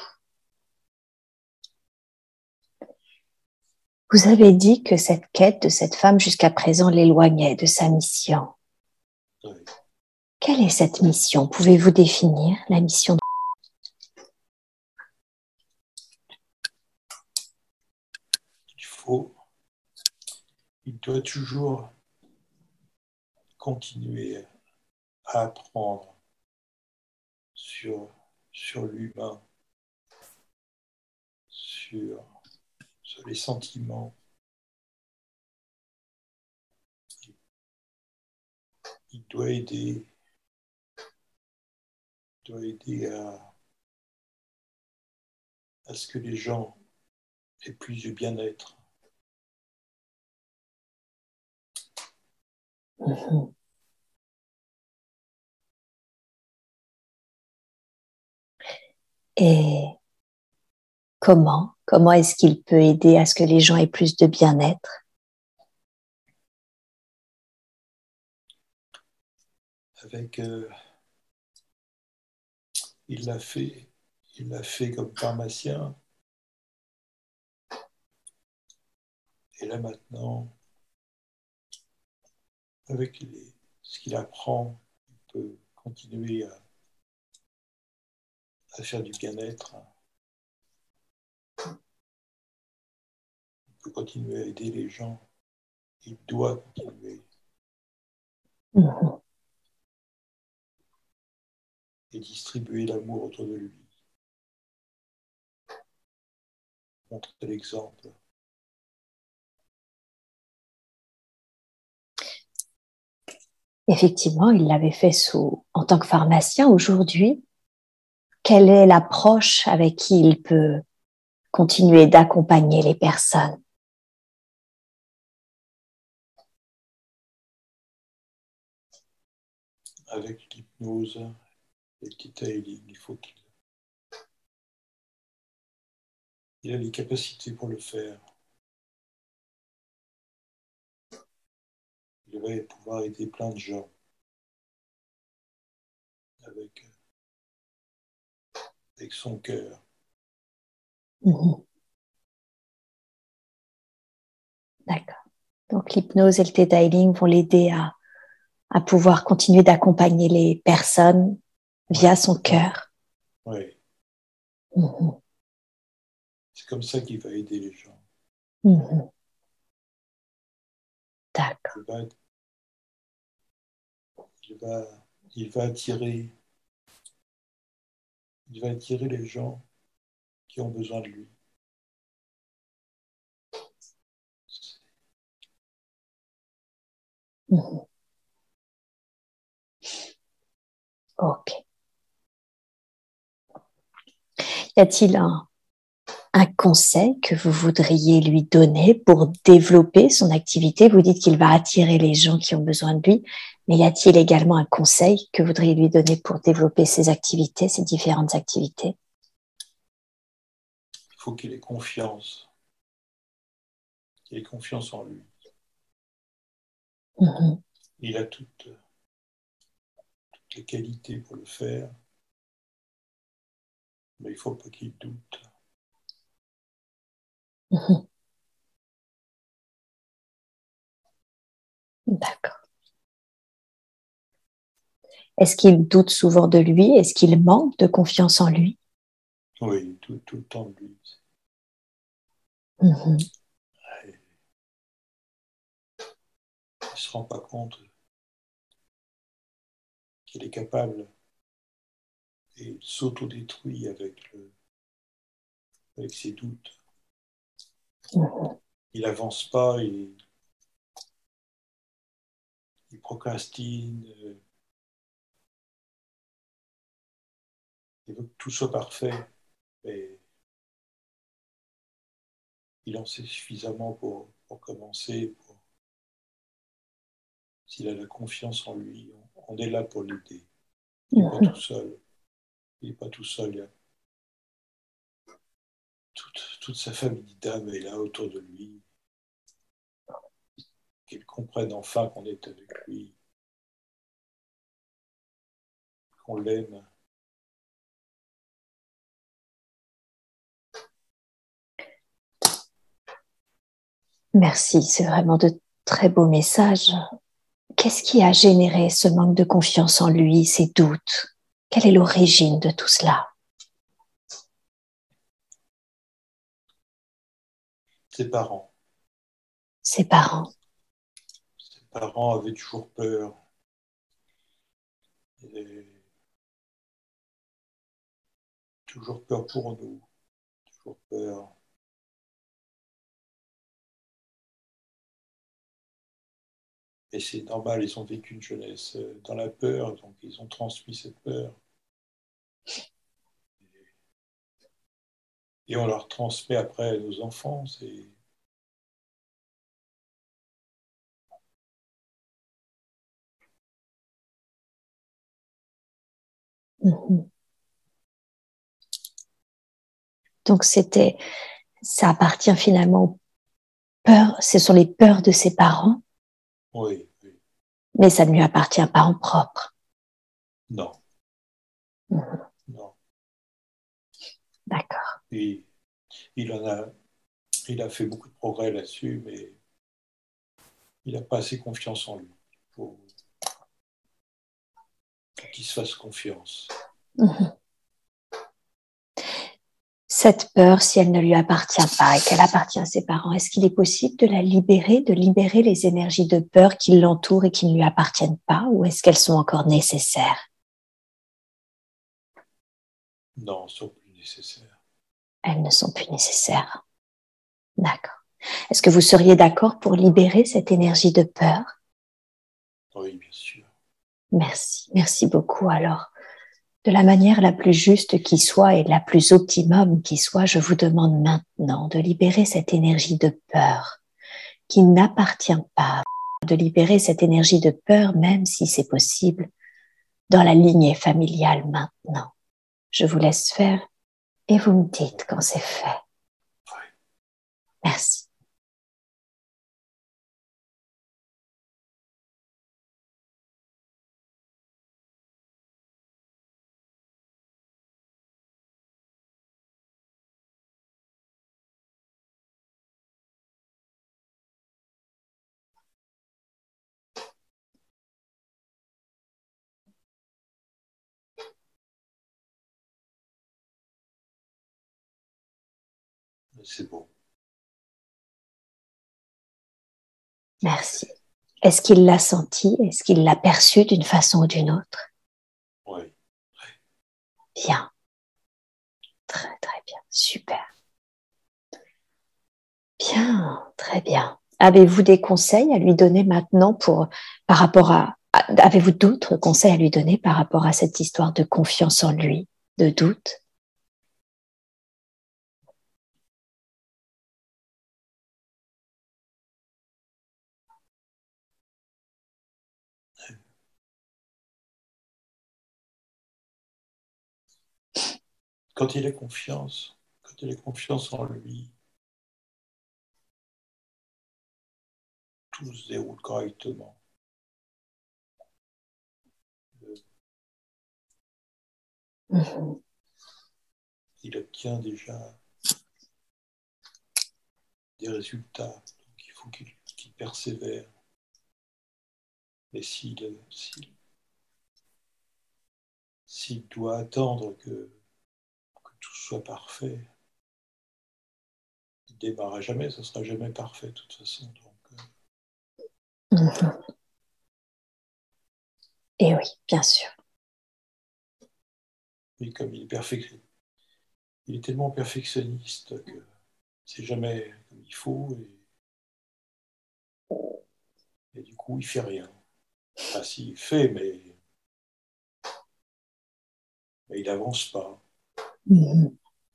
Vous avez dit que cette quête de cette femme jusqu'à présent l'éloignait de sa mission. Oui. Quelle est cette mission? Pouvez-vous définir la mission de... Il faut, il doit toujours continuer à apprendre sur, sur l'humain, sur, sur les sentiments. Il doit aider, il doit aider à, à ce que les gens aient plus de bien-être. Mhm. Et comment? Comment est-ce qu'il peut aider à ce que les gens aient plus de bien-être? Avec, euh, il l'a fait, il l'a fait comme pharmacien. Et là maintenant, avec les, ce qu'il apprend, il peut continuer à, à faire du bien-être. Il peut continuer à aider les gens. Il doit continuer Mhm. et distribuer l'amour autour de lui. Montrer l'exemple. Effectivement, il l'avait fait sous, en tant que pharmacien. Aujourd'hui, quelle est l'approche avec qui il peut continuer d'accompagner les personnes? Avec l'hypnose et le theta healing, il faut qu'il il a les capacités pour le faire. Il va pouvoir aider plein de gens avec, avec son cœur. Mhm. D'accord. Donc l'hypnose et le theta healing vont l'aider à, à pouvoir continuer d'accompagner les personnes via Ouais, son ouais, cœur. ouais. Mhm. C'est comme ça qu'il va aider les gens. Mhm. D'accord. Il va, il va, il va attirer, il va attirer les gens qui ont besoin de lui. Mhm. Ok. Y a-t-il un, un conseil que vous voudriez lui donner pour développer son activité? Vous dites qu'il va attirer les gens qui ont besoin de lui, mais y a-t-il également un conseil que vous voudriez lui donner pour développer ses activités, ses différentes activités? Il faut qu'il ait confiance, qu'il ait confiance en lui. Mhm. Il a toutes, toutes les qualités pour le faire, mais il ne faut pas qu'il doute. Mhm. D'accord. Est-ce qu'il doute souvent de lui? Est-ce qu'il manque de confiance en lui? Oui, tout, tout le temps de lui. Mhm. Il ne se rend pas compte qu'il est capable et il s'autodétruit avec, le, avec ses doutes. Mhm. Il n'avance pas, il, il procrastine, euh, il veut que tout soit parfait, mais il en sait suffisamment pour, pour commencer. Pour, s'il a la confiance en lui, on, on est là pour l'aider. Il n'est pas tout seul. Il n'est pas tout seul. Il y a toute, toute sa famille d'âmes est là autour de lui. Qu'il comprenne enfin qu'on est avec lui, qu'on l'aime. Merci, c'est vraiment de très beaux messages. Qu'est-ce qui a généré ce manque de confiance en lui, ces doutes? Quelle est l'origine de tout cela? Ses parents. Ses parents. Ses parents avaient toujours peur. Et toujours peur pour nous. Toujours peur. Et c'est normal, ils ont vécu une jeunesse dans la peur, donc ils ont transmis cette peur. Et on leur transmet après à nos enfants. C'est... Mm-hmm. Donc c'était, ça appartient finalement aux peurs, ce sont les peurs de ses parents. Oui, oui. Mais ça ne lui appartient pas en propre. Non. Mm-hmm. Non. D'accord. Et il en a, il a fait beaucoup de progrès là-dessus, mais il n'a pas assez confiance en lui. Il faut qu'il se fasse confiance. Mm-hmm. Cette peur, si elle ne lui appartient pas et qu'elle appartient à ses parents, est-ce qu'il est possible de la libérer, de libérer les énergies de peur qui l'entourent et qui ne lui appartiennent pas, ou est-ce qu'elles sont encore nécessaires? Non, elles ne sont plus nécessaires. Elles ne sont plus nécessaires. D'accord. Est-ce que vous seriez d'accord pour libérer cette énergie de peur? Oui, bien sûr. Merci. Merci beaucoup. Alors, de la manière la plus juste qui soit et la plus optimum qui soit, je vous demande maintenant de libérer cette énergie de peur qui n'appartient pas, de libérer cette énergie de peur, même si c'est possible, dans la lignée familiale maintenant. Je vous laisse faire et vous me dites quand c'est fait. Merci. C'est bon. Merci. Est-ce qu'il l'a senti? Est-ce qu'il l'a perçu d'une façon ou d'une autre? Oui. Bien. Très, très bien. Super. Bien, très bien. Avez-vous des conseils à lui donner maintenant pour, par rapport à, à avez-vous d'autres conseils à lui donner par rapport à cette histoire de confiance en lui, de doute? Quand il a confiance, quand il a confiance en lui, tout se déroule correctement. Mm-hmm. Il obtient déjà des résultats, donc il faut qu'il, qu'il persévère. Et s'il, s'il, s'il doit attendre que, que tout soit parfait, il ne démarrera jamais, ce ne sera jamais parfait de toute façon. Donc, euh... Mm-hmm. Et oui, bien sûr. Mais comme il est perfect, il est tellement perfectionniste que c'est jamais comme il faut et, et du coup il fait rien. Enfin, si, il fait, mais, mais il n'avance pas. Mm-hmm.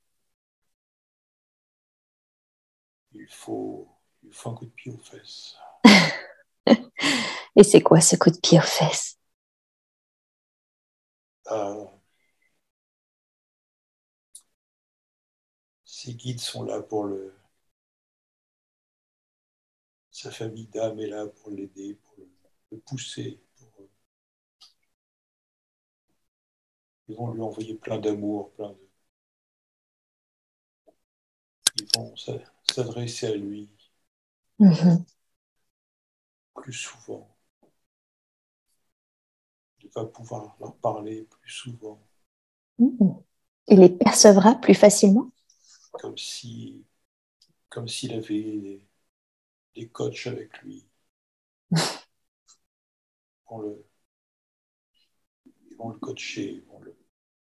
Il faut, il faut un coup de pied aux fesses. Et c'est quoi ce coup de pied aux fesses? euh, ses guides sont là pour le... Sa famille d'âme est là pour l'aider, pour le, le pousser. Pour, ils vont lui envoyer plein d'amour, plein de... Ils vont s'adresser à lui Mhm. plus souvent. Il va pouvoir leur parler plus souvent. Mhm. Il les percevra plus facilement? Comme si, comme s'il avait des, des coachs avec lui. Ils vont le, ils vont le coacher, ils vont le...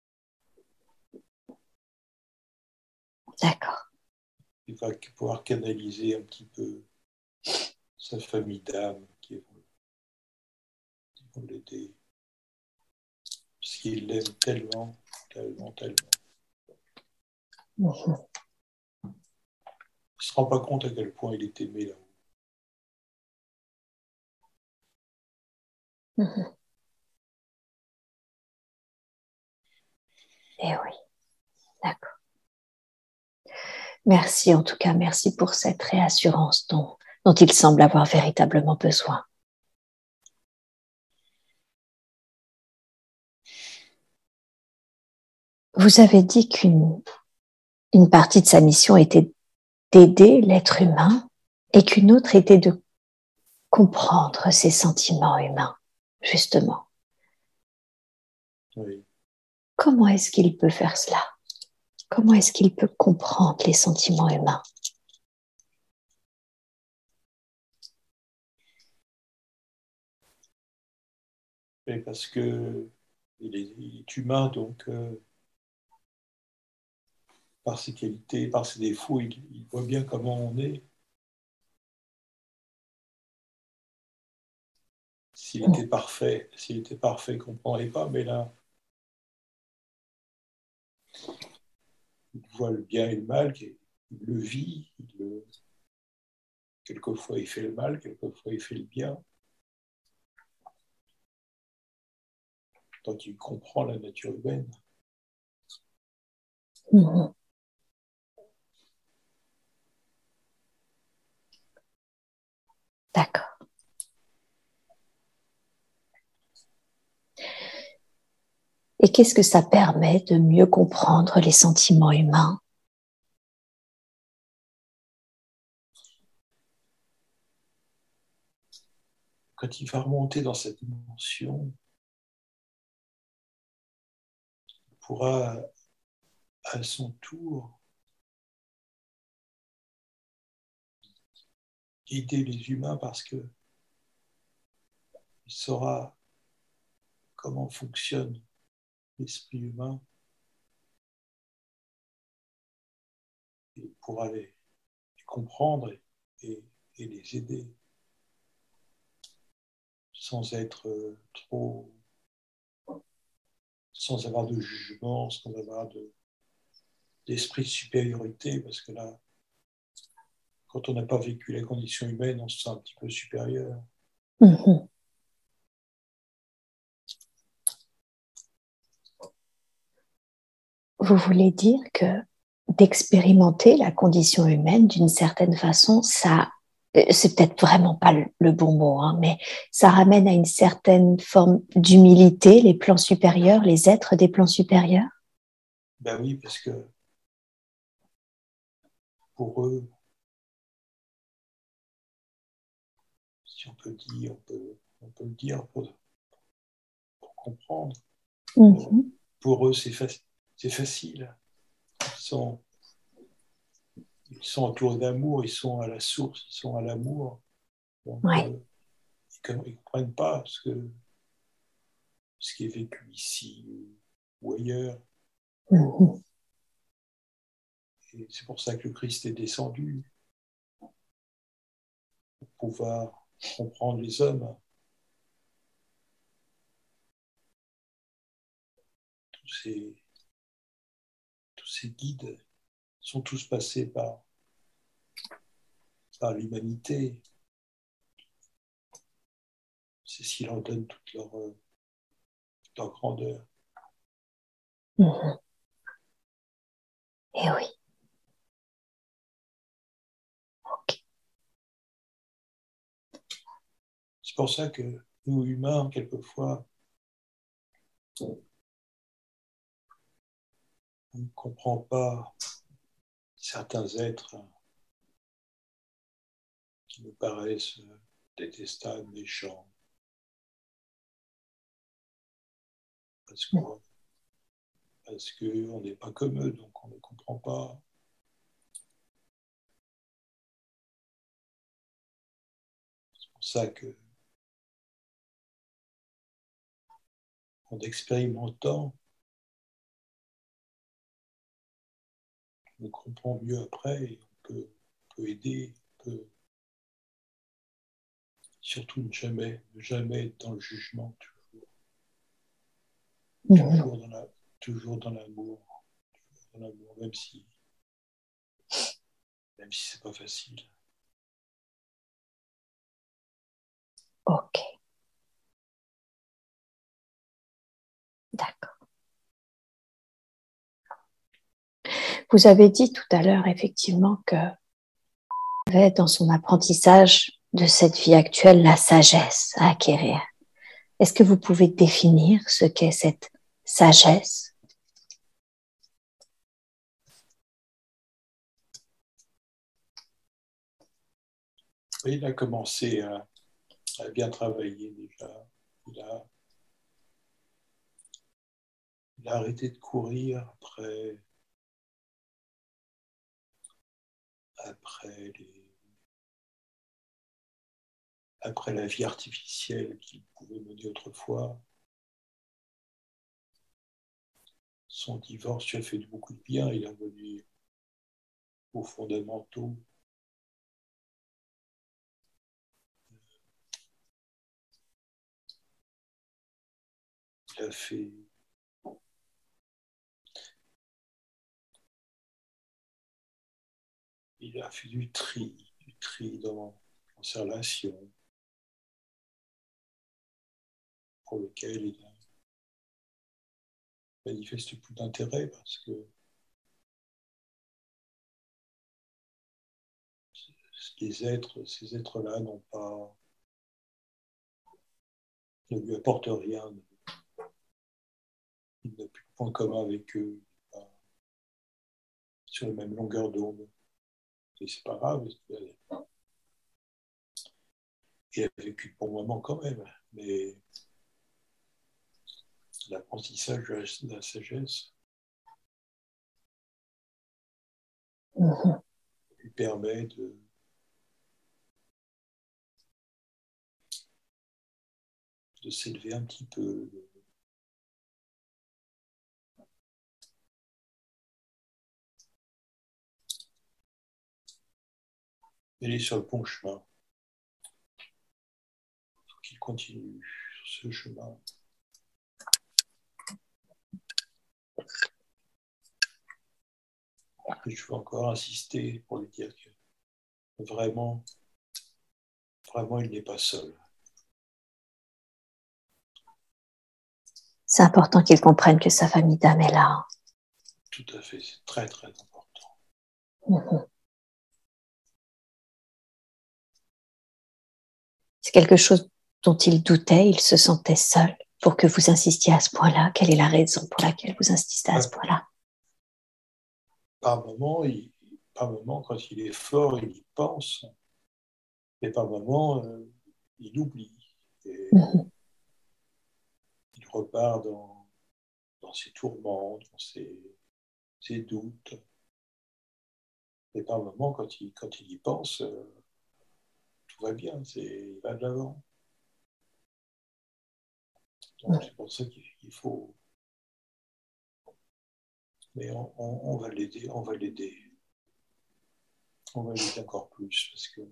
D'accord. Il va pouvoir canaliser un petit peu sa famille d'âme qui vont, qui vont l'aider. Parce qu'il l'aime tellement, tellement, tellement. Mhm. Il ne se rend pas compte à quel point il est aimé là-haut. Mhm. Eh oui, d'accord. Merci en tout cas, merci pour cette réassurance dont, dont il semble avoir véritablement besoin. Vous avez dit qu'une une partie de sa mission était d'aider l'être humain et qu'une autre était de comprendre ses sentiments humains, justement. Oui. Comment est-ce qu'il peut faire cela? Comment est-ce qu'il peut comprendre les sentiments humains? Et parce que il est, il est humain, donc euh, par ses qualités, par ses défauts, il, il voit bien comment on est. S'il était parfait, s'il était parfait, il ne comprendrait pas, mais là, il voit le bien et le mal, il le vit, il le... quelquefois il fait le mal, quelquefois il fait le bien. Donc il comprend la nature humaine. Mmh. D'accord. Et qu'est-ce que ça permet de mieux comprendre les sentiments humains? Quand il va remonter dans cette dimension, il pourra à son tour guider les humains parce qu'il saura comment fonctionne l'esprit humain et il pourra les, les comprendre et, et, et les aider sans être trop, sans avoir de jugement, sans avoir de, d'esprit de supériorité, parce que là, quand on n'a pas vécu la condition humaine, on se sent un petit peu supérieur. Mmh. Vous voulez dire que d'expérimenter la condition humaine d'une certaine façon, ça, c'est peut-être vraiment pas le, le bon mot, hein, mais ça ramène à une certaine forme d'humilité, les plans supérieurs, les êtres des plans supérieurs? Ben oui, parce que pour eux, si on peut dire, on peut, on peut le dire pour, pour comprendre, euh, Mmh. pour eux, c'est, faci- c'est facile. Ils sont, ils sont entourés d'amour, ils sont à la source, ils sont à l'amour. Donc, Ouais. euh, ils ne comprennent pas ce, que, ce qui est vécu ici ou ailleurs. Mmh. Et c'est pour ça que le Christ est descendu, pour pouvoir comprendre les hommes. Tous ces, tous ces guides sont tous passés par, par l'humanité. C'est ce qui leur donne toute leur, leur grandeur. Mhm. Et oui, ok. C'est pour ça que nous, humains, quelquefois, on ne comprend pas certains êtres qui nous paraissent détestables, méchants, parce que parce qu'on n'est pas comme eux, donc on ne comprend pas. C'est pour ça que, en expérimentant, on comprend mieux après et on peut, on peut aider, on peut surtout ne jamais, ne jamais être dans le jugement, toujours, Mhm. toujours dans la, toujours dans l'amour, dans l'amour, même si, même si c'est pas facile. Ok, d'accord. Vous avez dit tout à l'heure, effectivement, que vous avez dans son apprentissage de cette vie actuelle la sagesse à acquérir. Est-ce que vous pouvez définir ce qu'est cette sagesse? Et il a commencé à, à bien travailler déjà. Il a, il a arrêté de courir après, après, les, après la vie artificielle qu'il pouvait mener autrefois. Son divorce lui a fait beaucoup de bien. Il est revenu aux fondamentaux. Il a fait, il a fait du tri, du tri dans, dans ses relations, pour lequel il ne manifeste plus d'intérêt parce que les êtres, ces êtres-là n'ont pas, ne lui apportent rien. Il n'a plus de point commun avec eux, pas sur la même longueur d'onde. Et c'est pas grave, il a vécu de bons moments quand même, mais l'apprentissage de la sagesse Mhm. lui permet de, de s'élever un petit peu, d'aller sur le bon chemin. Il faut qu'il continue sur ce chemin. Et je veux encore insister pour lui dire que vraiment, vraiment, il n'est pas seul. C'est important qu'il comprenne que sa famille d'âme est là. Tout à fait, c'est très, très important. Mhm. C'est quelque chose dont il doutait, il se sentait seul pour que vous insistiez à ce point-là. Quelle est la raison pour laquelle vous insistez à ce point-là? Par moments, il, par moment, quand il est fort, il y pense, et par moments, euh, il oublie. Et Mhm. il repart dans, dans ses tourments, dans ses, ses doutes. Et par moments, quand il, quand il y pense, euh, tout va bien, c'est, il va de l'avant. Donc c'est pour ça qu'il faut. Mais on, on, on va l'aider, on va l'aider. On va l'aider encore plus parce que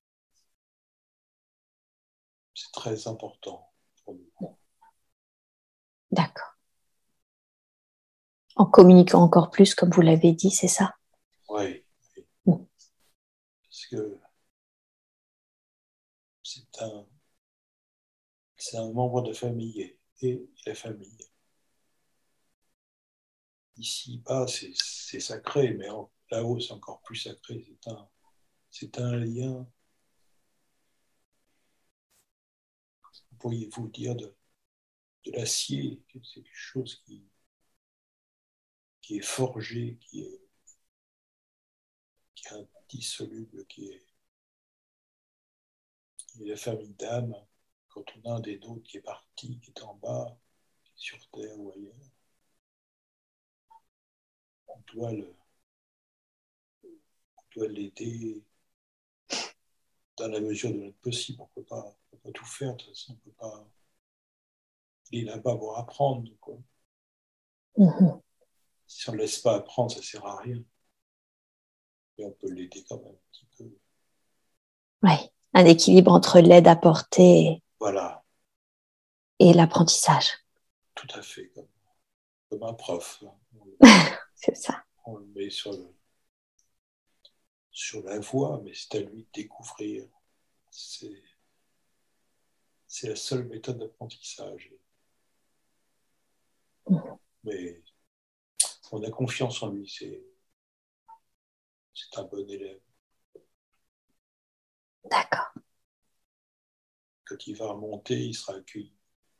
c'est très important pour nous. D'accord. En communiquant encore plus, comme vous l'avez dit, c'est ça? Oui, oui. Mhm. Parce que c'est un, c'est un membre de famille et la famille. ici-bas, c'est, c'est sacré, mais en, là-haut, c'est encore plus sacré. C'est un, c'est un lien, pourriez-vous dire, de, de l'acier. C'est quelque chose qui, qui est forgé, qui est, qui est indissoluble, qui est, qui est la famille d'âme. Quand on a un des nôtres qui est parti, qui est en bas, qui est sur terre ou ailleurs, on doit, le, on doit l'aider dans la mesure de notre possible. On ne peut pas, on peut pas tout faire, de toute façon, on peut pas. Il est là-bas pour apprendre. Quoi. Mm-hmm. Si on ne laisse pas apprendre, ça ne sert à rien. Et on peut l'aider quand même un petit peu. Oui, un équilibre entre l'aide apportée Voilà. Et l'apprentissage. Tout à fait, comme, comme un prof. C'est ça. On le met sur, le, sur la voie, mais c'est à lui de découvrir. C'est, c'est la seule méthode d'apprentissage. Mmh. Mais on a confiance en lui, c'est, c'est un bon élève. D'accord. Quand il va remonter, il sera accueilli.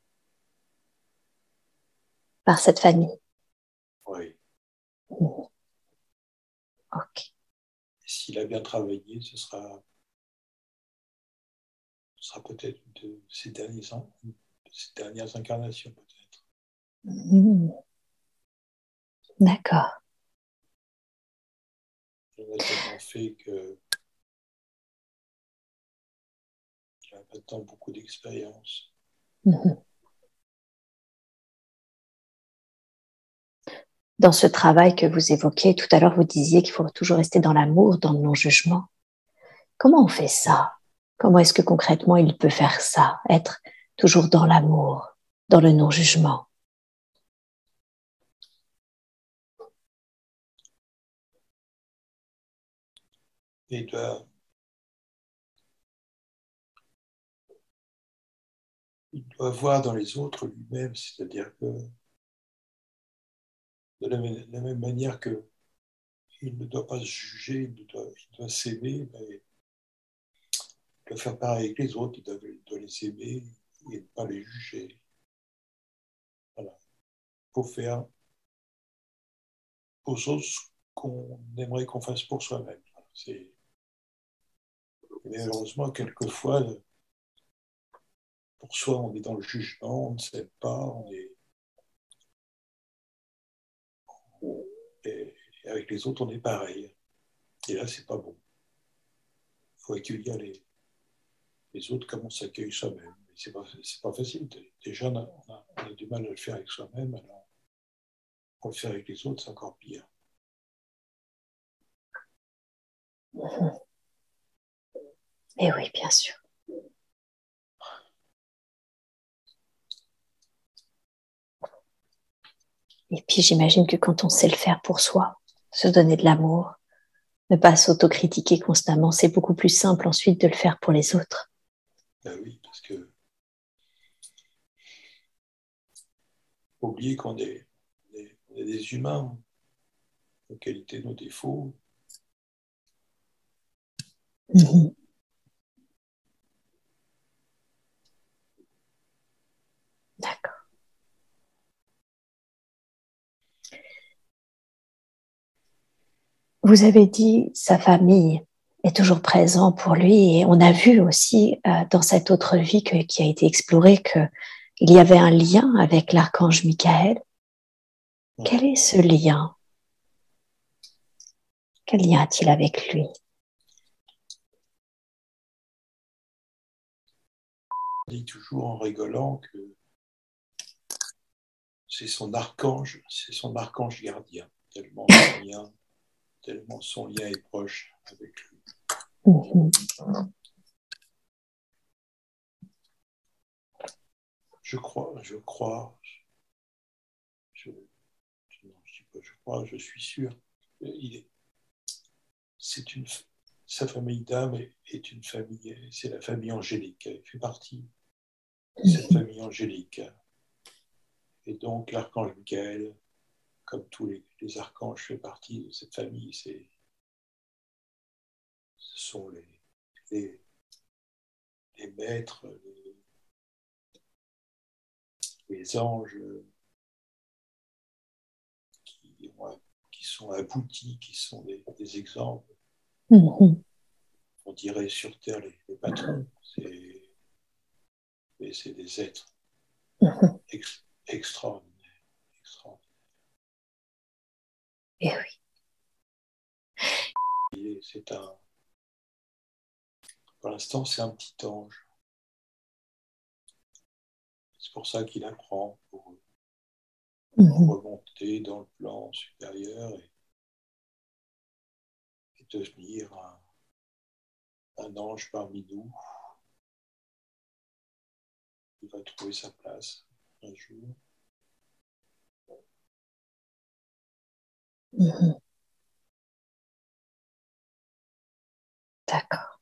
Par cette famille. Oui. Mmh. Ok. Et s'il a bien travaillé, ce sera, ce sera peut-être une de ses dernières, de ses dernières incarnations, peut-être. Mmh. D'accord. Il a tellement fait que il a maintenant beaucoup d'expérience. Mmh. Dans ce travail que vous évoquez, tout à l'heure, vous disiez qu'il faut toujours rester dans l'amour, dans le non-jugement. Comment on fait ça? Comment est-ce que concrètement il peut faire ça? Être toujours dans l'amour, dans le non-jugement? Il doit, il doit voir dans les autres lui-même, c'est-à-dire que de la, de la même manière que il ne doit pas se juger, il doit, il doit s'aimer, mais il doit faire pareil avec les autres, il doit, il doit les aimer et ne pas les juger. Voilà. Il faut faire aux autres ce qu'on aimerait qu'on fasse pour soi-même. C'est... Mais heureusement, quelquefois, pour soi, on est dans le jugement, on ne sait pas, on est... Et avec les autres, on est pareil. Et là, c'est pas bon. Il faut accueillir les, les autres comme on s'accueille soi-même. Mais c'est pas, c'est pas facile. Déjà, on a, on, a, on a du mal à le faire avec soi-même, alors pour le faire avec les autres, c'est encore pire. Eh oui, bien sûr. Et puis j'imagine que quand on sait le faire pour soi, se donner de l'amour, ne pas s'autocritiquer constamment, c'est beaucoup plus simple ensuite de le faire pour les autres. Ben oui, parce que faut oublier qu'on est, on est, on est des humains, nos qualités, nos défauts. Mmh. D'accord. Vous avez dit sa famille est toujours présente pour lui et on a vu aussi euh, dans cette autre vie que, qui a été explorée qu'il y avait un lien avec l'archange Michael. Ouais. Quel est ce lien? Quel lien a-t-il avec lui? On dit toujours en rigolant que c'est son archange, c'est son archange gardien, tellement son lien, tellement son lien est proche avec lui. Mmh. Je crois, je crois, je, je, non, je dis pas je crois, je suis sûr. Il est, c'est une, sa famille d'âme est, est une famille, c'est la famille angélique. Elle fait partie de cette famille angélique. Et donc l'archange Michael comme tous les, les archanges, fait partie de cette famille. C'est, ce sont les, les, les maîtres, les, les anges qui, ont, qui sont aboutis, qui sont des, des exemples. Mhm. On dirait sur Terre les, les patrons. C'est, mais c'est des êtres Mhm. ex, extraordinaires, extraordinaires. Et oui. Et c'est un, pour l'instant, c'est un petit ange. C'est pour ça qu'il apprend pour, pour Mhm. remonter dans le plan supérieur et, et devenir un, un ange parmi nous. Il va trouver sa place un jour. Mhm. D'accord.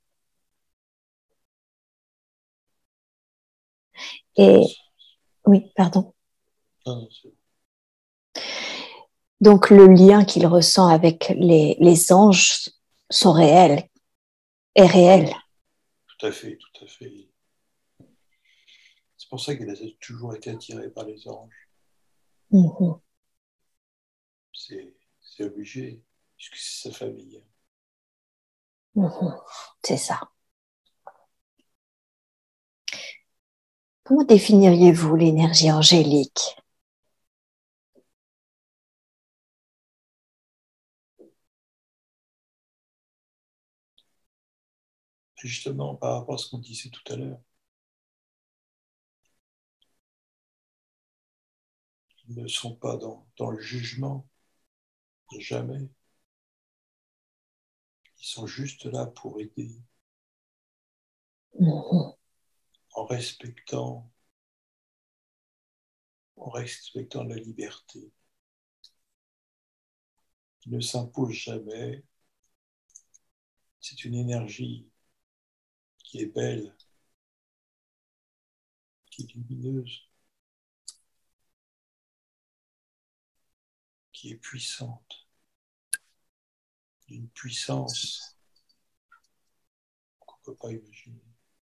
Et oui, pardon. Non, non, c'est... Donc le lien qu'il ressent avec les, les anges sont réels, est Ah réel. oui, tout à fait, tout à fait. C'est pour ça qu'il a toujours été attiré par les anges. Mhm. C'est, c'est obligé, puisque c'est sa famille. Mhm. C'est ça. Comment définiriez-vous l'énergie angélique? Justement, par rapport à ce qu'on disait tout à l'heure, ils ne sont pas dans, dans le jugement, jamais. Ils sont juste là pour aider, Mhm. en respectant, en respectant la liberté. Ils ne s'imposent jamais. C'est une énergie qui est belle, qui est lumineuse, qui est puissante, d'une puissance qu'on ne peut pas imaginer.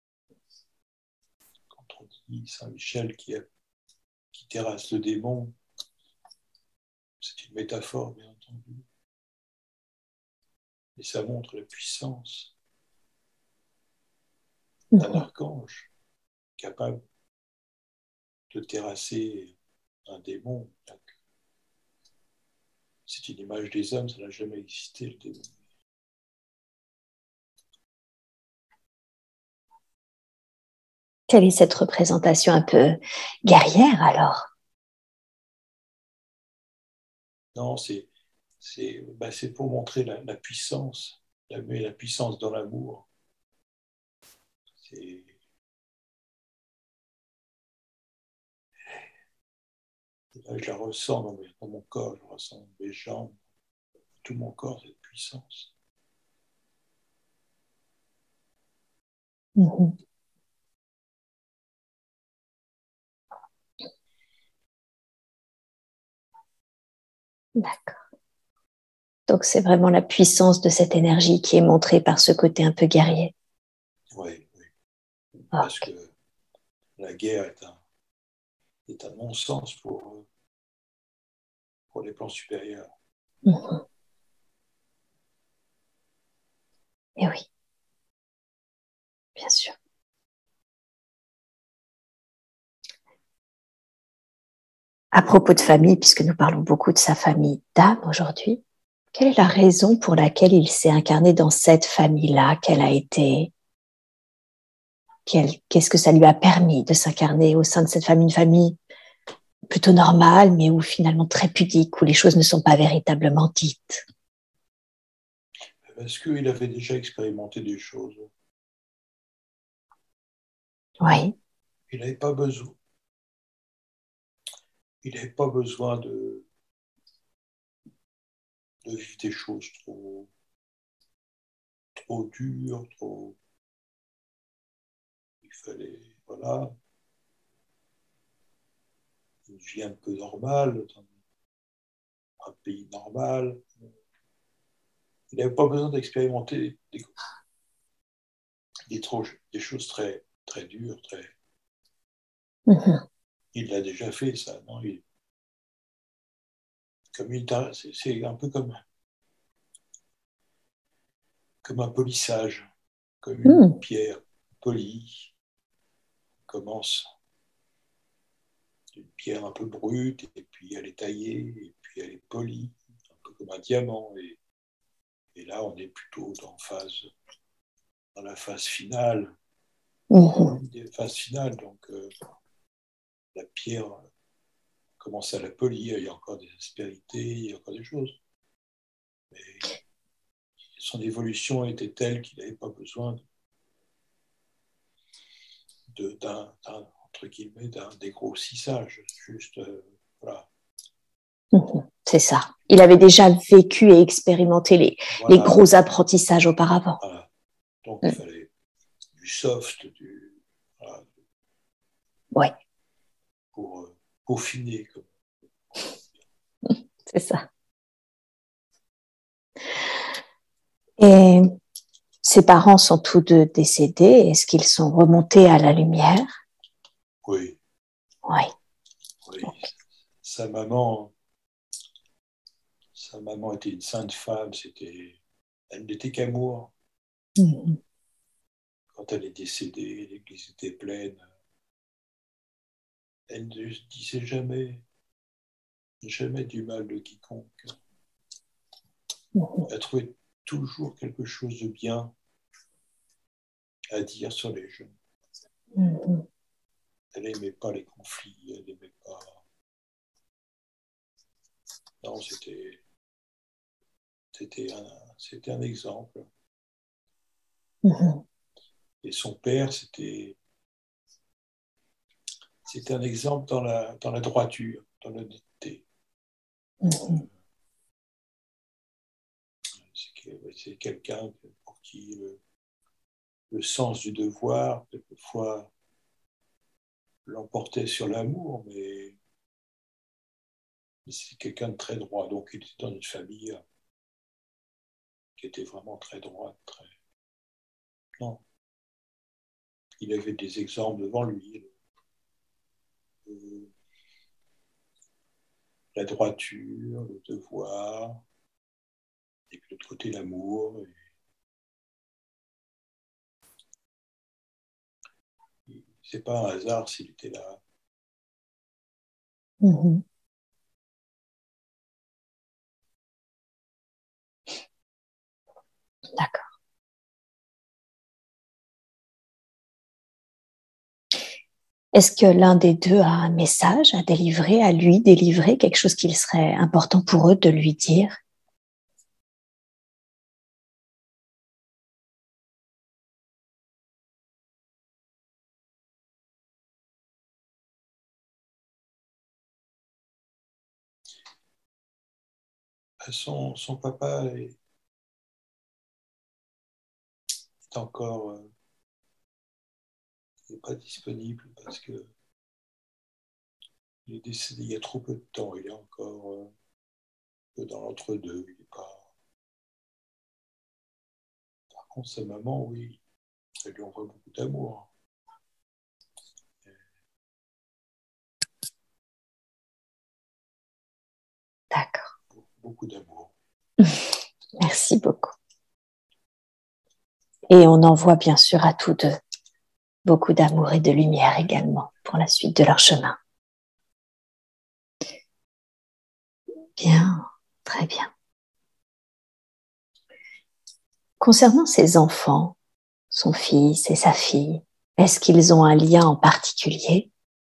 Quand on dit Saint-Michel qui, a, qui terrasse le démon, c'est une métaphore, bien entendu. Et ça montre la puissance d'un Mhm. archange capable de terrasser un démon. C'est une image des hommes, ça n'a jamais existé, le démon. Quelle est cette représentation un peu guerrière alors? Non, c'est, c'est, bah, c'est pour montrer la, la puissance, la, la puissance dans l'amour. C'est, là, je la ressens dans, mes, dans mon corps, je la ressens dans mes jambes, tout mon corps, cette puissance. Mhm. D'accord. Donc c'est vraiment la puissance de cette énergie qui est montrée par ce côté un peu guerrier. Oui, oui. Parce Ok. que la guerre est un, est un non-sens pour, pour les plans supérieurs. Mhm. Et oui, bien sûr. À propos de famille, puisque nous parlons beaucoup de sa famille d'âme aujourd'hui, quelle est la raison pour laquelle il s'est incarné dans cette famille-là? Quelle a été, quelle, qu'est-ce que ça lui a permis de s'incarner au sein de cette famille, une famille plutôt normale, mais où finalement très pudique, où les choses ne sont pas véritablement dites? Parce qu'il avait déjà expérimenté des choses. Oui. Il n'avait pas besoin. Il n'avait pas besoin de, de vivre des choses trop, trop dures, trop. Il fallait, voilà, une vie un peu normale. un pays normal. Il n'avait pas besoin d'expérimenter des, des, trop, des choses très, très dures. Très... Mm-hmm. Il l'a déjà fait, ça. Non, il... comme il... c'est, c'est un peu comme, comme un polissage, comme une Mm. pierre polie. On commence d'une pierre un peu brute, et puis elle est taillée, et puis elle est polie, un peu comme un diamant. Et, et là, on est plutôt dans, phase, dans la phase finale. Mm-hmm. Phase finale, donc euh, la pierre commence à la polir, il y a encore des aspérités, il y a encore des choses. Mais son évolution était telle qu'il n'avait pas besoin de, d'un, d'un, entre guillemets, d'un dégrossissage. Juste, euh, voilà. Mm-hmm. C'est ça. Il avait déjà vécu et expérimenté les, Voilà. les gros apprentissages auparavant. Voilà. Donc, mm. il fallait du soft, du... Voilà, ouais. pour euh, peaufiner. Comme... C'est ça. Et ses parents sont tous deux décédés. Est-ce qu'ils sont remontés à la lumière? Oui. Oui. Oui. Okay. Sa maman, sa maman était une sainte femme. C'était, elle n'était qu'amour. Mm-hmm. Quand elle est décédée, l'église était pleine. Elle ne disait jamais, jamais du mal de quiconque. Elle trouvait toujours quelque chose de bien à dire sur les jeunes. Mm-hmm. Elle n'aimait pas les conflits, elle n'aimait pas... Non, c'était, c'était, un, c'était un exemple. Mm-hmm. Et son père, c'était, c'était un exemple dans la, dans la droiture, dans l'honnêteté. Mm-hmm. C'est, c'est quelqu'un pour qui le, le sens du devoir, quelquefois, l'emportait sur l'amour, mais, mais c'est quelqu'un de très droit. Donc, il était dans une famille qui était vraiment très droite. Très... Non. Il avait des exemples devant lui. Euh, la droiture, le devoir, et puis de l'autre côté, l'amour. Et... c'est pas un hasard s'il était là. Mm-hmm. D'accord. Est-ce que l'un des deux a un message à délivrer, à lui délivrer, quelque chose qu'il serait important pour eux de lui dire? Son, son papa est, est encore euh, n'est pas disponible parce que il est décédé il y a trop peu de temps. Il est encore euh, peu dans l'entre-deux. Il est pas... Par contre, sa maman, oui, elle lui envoie beaucoup d'amour. D'accord. Beaucoup d'amour. Merci beaucoup. Et on envoie bien sûr à tous deux beaucoup d'amour et de lumière également pour la suite de leur chemin. Bien, très bien. Concernant ses enfants, son fils et sa fille, est-ce qu'ils ont un lien en particulier?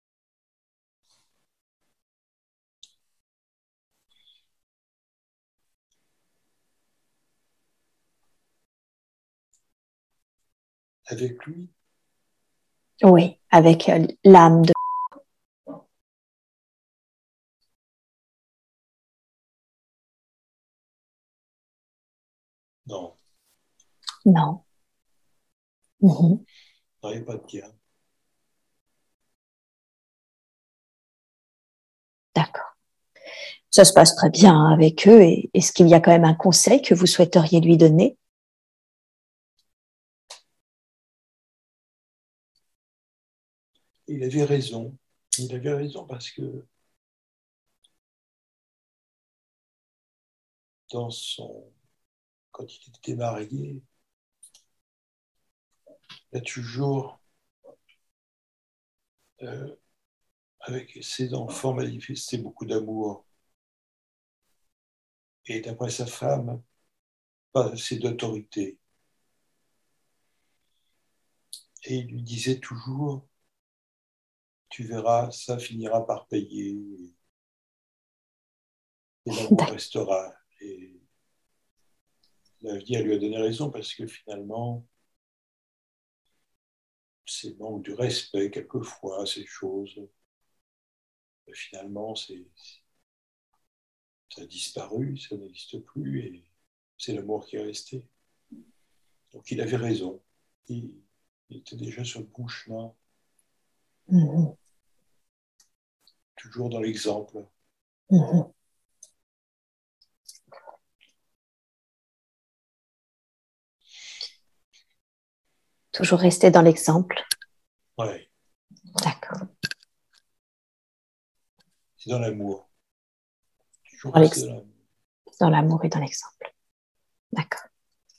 Avec lui? Oui, avec l'âme de... Non. Non. Mm-hmm. Non, il n'y a pas de lien. D'accord. ça se passe très bien avec eux. Et est-ce qu'il y a quand même un conseil que vous souhaiteriez lui donner? Il avait raison. Il avait raison parce que dans son, quand il était marié, il a toujours, euh, avec ses enfants, manifesté beaucoup d'amour. Et d'après sa femme, pas assez d'autorité. Et il lui disait toujours, tu verras, ça finira par payer. Et l'amour restera. Et la vie, elle lui a donné raison parce que finalement, c'est manque du respect quelquefois, ces choses. Et finalement, c'est, ça a disparu, ça n'existe plus et c'est l'amour qui est resté. Donc il avait raison. Il, il était déjà sur le bon chemin, Mmh. toujours dans l'exemple. Mmh. Toujours rester dans l'exemple. Ouais, D'accord. c'est dans l'amour. Toujours Dans rester l'ex- dans l'amour. dans l'amour et dans l'exemple. D'accord.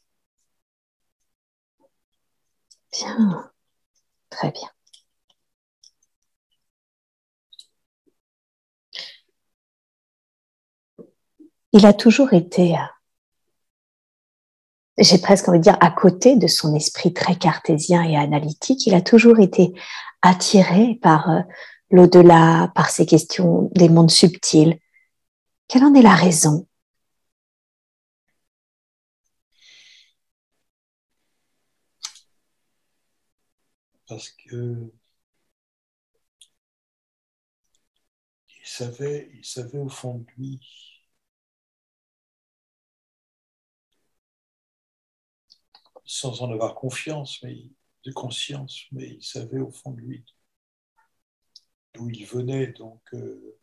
Bien. Très bien. Il a toujours été, euh, j'ai presque envie de dire, à côté de son esprit très cartésien et analytique. Il a toujours été attiré par euh, l'au-delà, par ces questions des mondes subtils. Quelle en est la raison? Parce que il savait, il savait au fond de lui, sans en avoir confiance, mais de conscience, mais il savait au fond de lui d'où il venait. Donc, euh,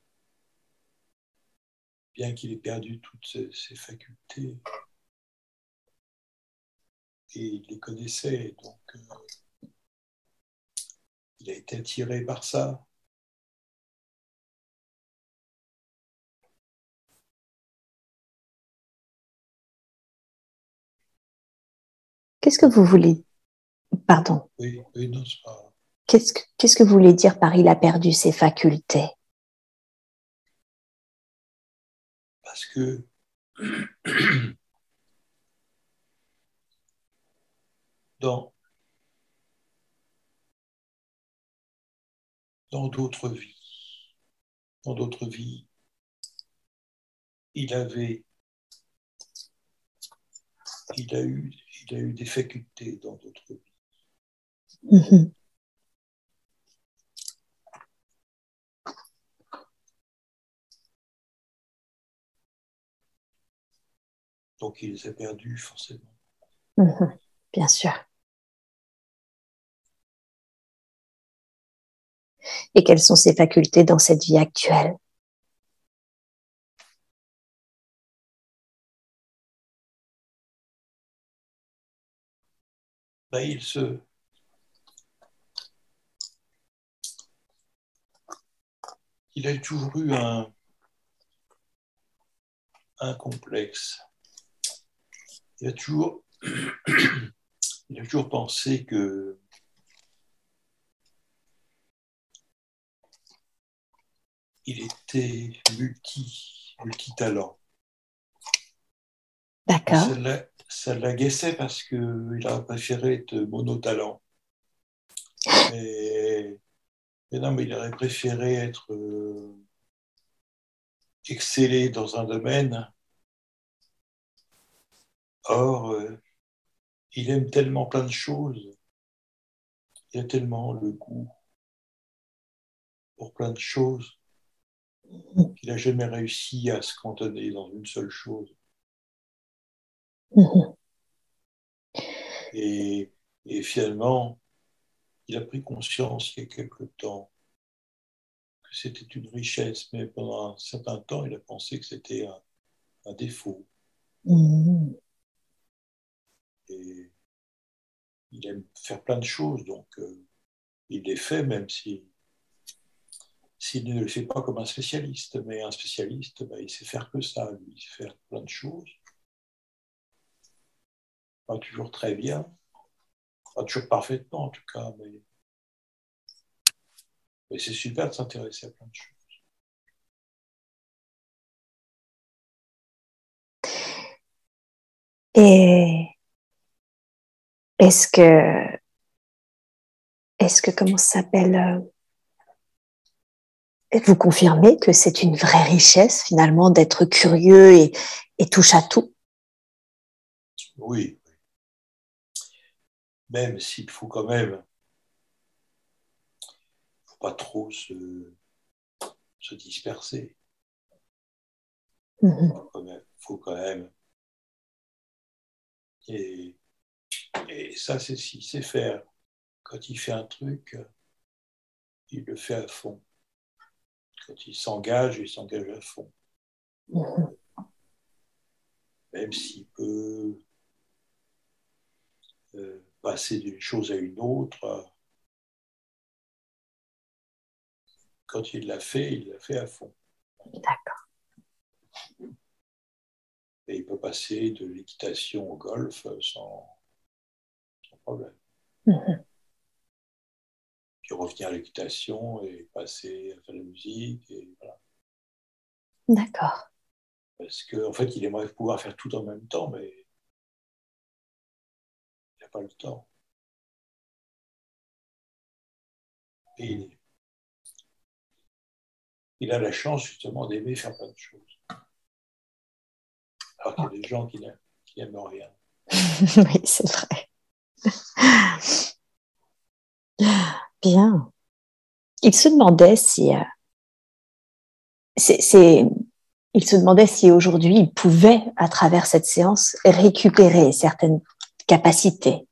bien qu'il ait perdu toutes ses, ses facultés, et il les connaissait, donc euh, il a été attiré par ça. Qu'est-ce que vous voulez? Pardon. Oui, oui, non, c'est pas. Qu'est-ce que, qu'est-ce que vous voulez dire par il a perdu ses facultés? Parce que dans, dans d'autres vies, dans d'autres vies, il avait, il a eu, il a eu des facultés dans d'autres vies. Mmh. Donc il les a perdues forcément. Mmh. Bien sûr. Et quelles sont ses facultés dans cette vie actuelle? Ben, il se, il a toujours eu un, un complexe. Il a toujours, il a toujours pensé que il était multi, multitalent. Et D'accord. ça, l'a, ça l'agaçait parce qu'il a préféré être monotalent. Mais, mais non, mais il aurait préféré être euh, excellé dans un domaine. Or, euh, il aime tellement plein de choses, il a tellement le goût pour plein de choses qu'il n'a jamais réussi à se cantonner dans une seule chose. Mmh. Et, et finalement, il a pris conscience il y a quelque temps que que c'était une richesse, mais pendant un certain temps, il a pensé que c'était un, un défaut. Mmh. Et il aime faire plein de choses, donc euh, il les fait, même si, s'il ne le fait pas comme un spécialiste. Mais un spécialiste, bah, il sait faire que ça, lui. Il sait faire plein de choses. Pas toujours très bien, pas toujours parfaitement en tout cas, mais, mais c'est super de s'intéresser à plein de choses. Et est-ce que, est-ce que, comment ça s'appelle, euh, vous confirmez que c'est une vraie richesse finalement d'être curieux et, et touche à tout? Oui, même s'il faut quand même, faut pas trop se, se disperser. Mmh. Faut quand même, faut quand même. Et, et ça, c'est ce qu'il sait faire. Quand il fait un truc, il le fait à fond. Quand il s'engage, il s'engage à fond. Mmh. Même s'il peut euh, passer d'une chose à une autre, quand il l'a fait, il l'a fait à fond. D'accord. Et il peut passer de l'équitation au golf sans, sans problème. Mmh. Puis revenir à l'équitation et passer à faire la musique. Et voilà. D'accord. Parce qu'en en fait, il aimerait pouvoir faire tout en même temps, mais il n'a pas le temps. Et il, il a la chance justement d'aimer faire plein de choses. Alors qu'il y a des gens qui n'aiment, qui n'aiment rien. Oui, c'est vrai. Bien. Il se demandait si, euh, c'est, c'est, il se demandait si aujourd'hui il pouvait, à travers cette séance, récupérer certaines capacités.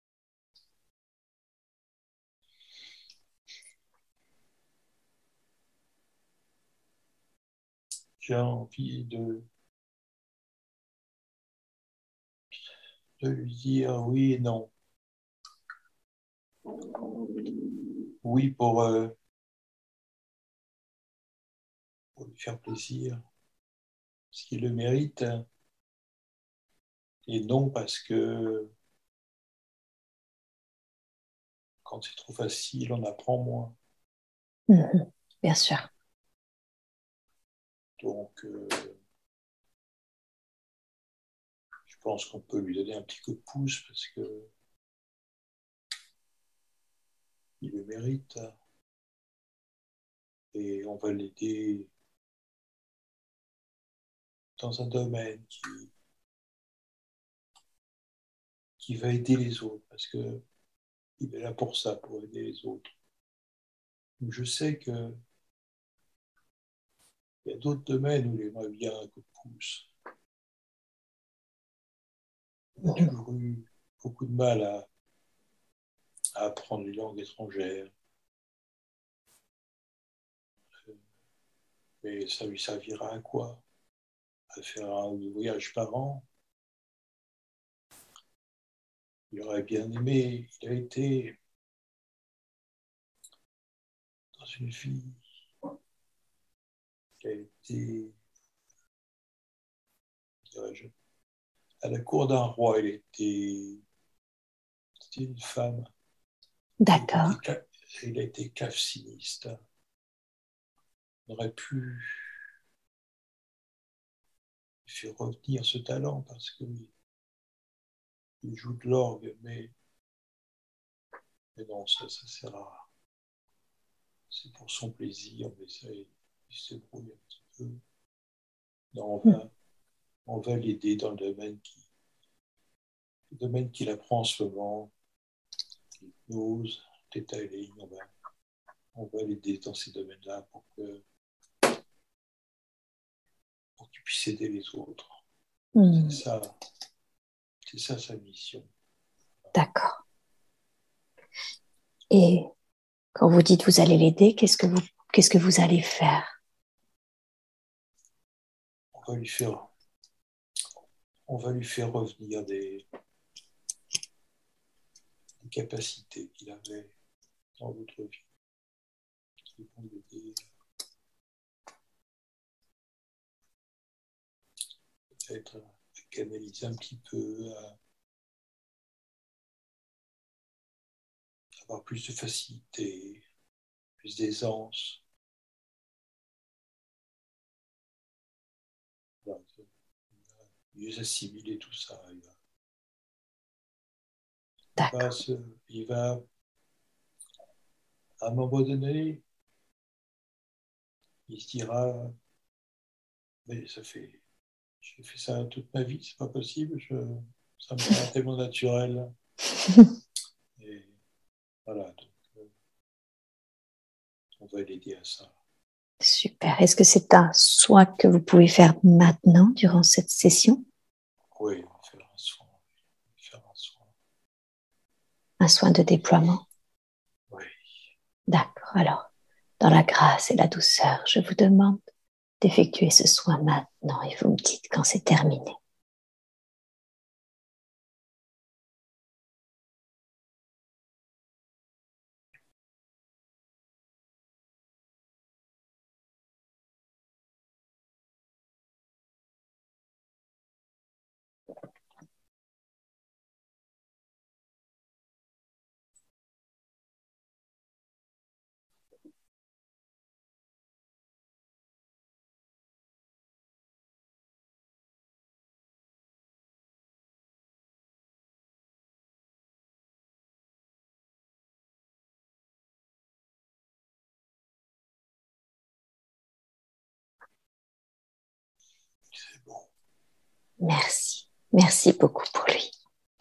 J'ai envie de, de lui dire oui et non. Oui pour, euh, pour lui faire plaisir, parce qu'il le mérite, et non parce que quand c'est trop facile, on apprend moins. Mmh. Bien sûr. Donc, euh, je pense qu'on peut lui donner un petit coup de pouce parce que il le mérite. Et on va l'aider dans un domaine qui, qui va aider les autres, parce qu'il est là pour ça, pour aider les autres. Donc je sais qu'il y a d'autres domaines où il aimerait bien un coup de pouce. On a toujours eu beaucoup de mal à, à apprendre les langues étrangères, mais ça lui servira à quoi? À faire un voyage par an. Il aurait bien aimé, il a été dans une vie qui a été, dirais-je, à la cour d'un roi, il était, c'était une femme. D'accord. Il a été, il a été claveciniste. On aurait pu faire revenir ce talent parce qu'il il joue de l'orgue, mais, mais non, ça, ça sert à. C'est pour son plaisir, mais ça, il, il se débrouille un petit peu. Non, on va, on va l'aider dans le domaine qui, le domaine qu'il apprend en ce moment, l'hypnose, detailing, on va, on va l'aider dans ces domaines-là pour que pour qu'il puisse aider les autres. Mmh. C'est ça, c'est ça sa mission. D'accord. Et quand vous dites vous allez l'aider, qu'est-ce que vous, qu'est-ce que vous allez faire? On va lui faire, on va lui faire revenir des, des capacités qu'il avait dans votre vie, qui vont l'aider peut-être à canaliser un petit peu, à avoir plus de facilité, plus d'aisance. Voilà, mieux assimiler tout ça. Il va, il va, se, il va à un moment donné, il se dira, mais ça fait, j'ai fait ça toute ma vie, c'est pas possible, je, ça me paraît tellement naturel. Et voilà, donc euh, on va l'aider à ça. Super. Est-ce que c'est un soin que vous pouvez faire maintenant, durant cette session? Oui, faire un soin. Faire un soin. Un soin de déploiement? Oui. D'accord. Alors, dans la grâce et la douceur, je vous demande d'effectuer ce soin maintenant et vous me dites quand c'est terminé. C'est bon. Merci. Merci beaucoup pour lui.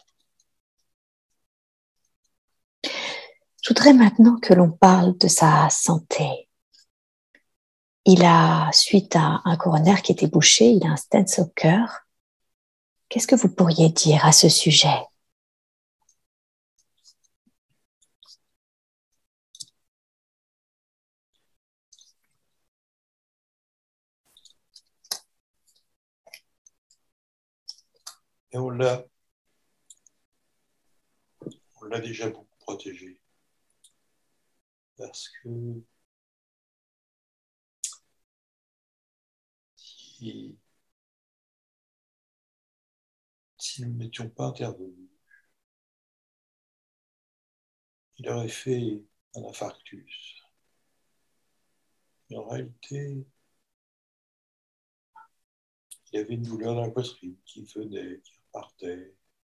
Je voudrais maintenant que l'on parle de sa santé. Il a, suite à un coronaire qui était bouché, il a un stent au cœur. Qu'est-ce que vous pourriez dire à ce sujet? Et on l'a, on l'a déjà beaucoup protégé. Parce que si, si nous n'étions pas intervenus, il aurait fait un infarctus. Mais en réalité, il avait une douleur dans la poitrine qui venait, qui repartait.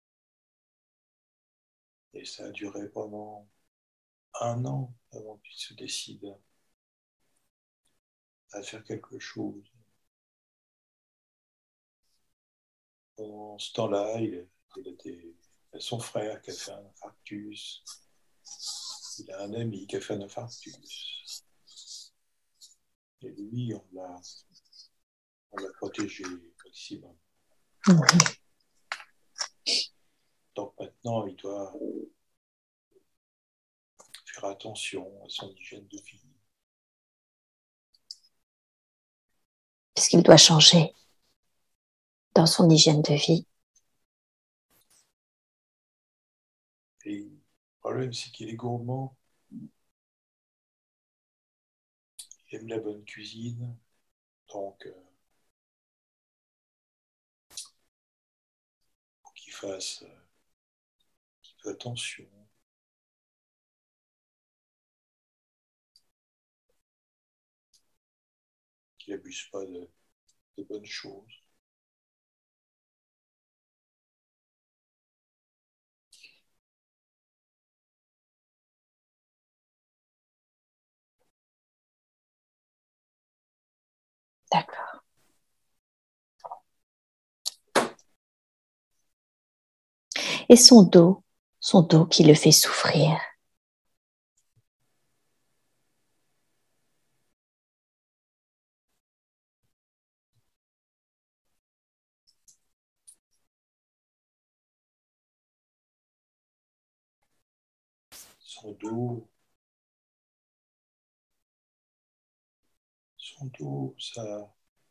Et ça a duré pendant un an avant qu'il se décide à faire quelque chose. Pendant ce temps-là, il, il, a des, il a son frère qui a fait un infarctus. Il a un ami qui a fait un infarctus. Et lui, on l'a, on l'a protégé au maximum. Mmh. Donc maintenant, il doit faire attention à son hygiène de vie. Qu'est-ce qu'il doit changer dans son hygiène de vie? Et le problème, c'est qu'il est gourmand. Il aime la bonne cuisine. Donc, euh, faut qu'il fasse euh, un petit peu attention. Qu'il n'abuse pas de, de bonnes choses. D'accord. Et son dos, son dos qui le fait souffrir. Son dos, son dos, ça,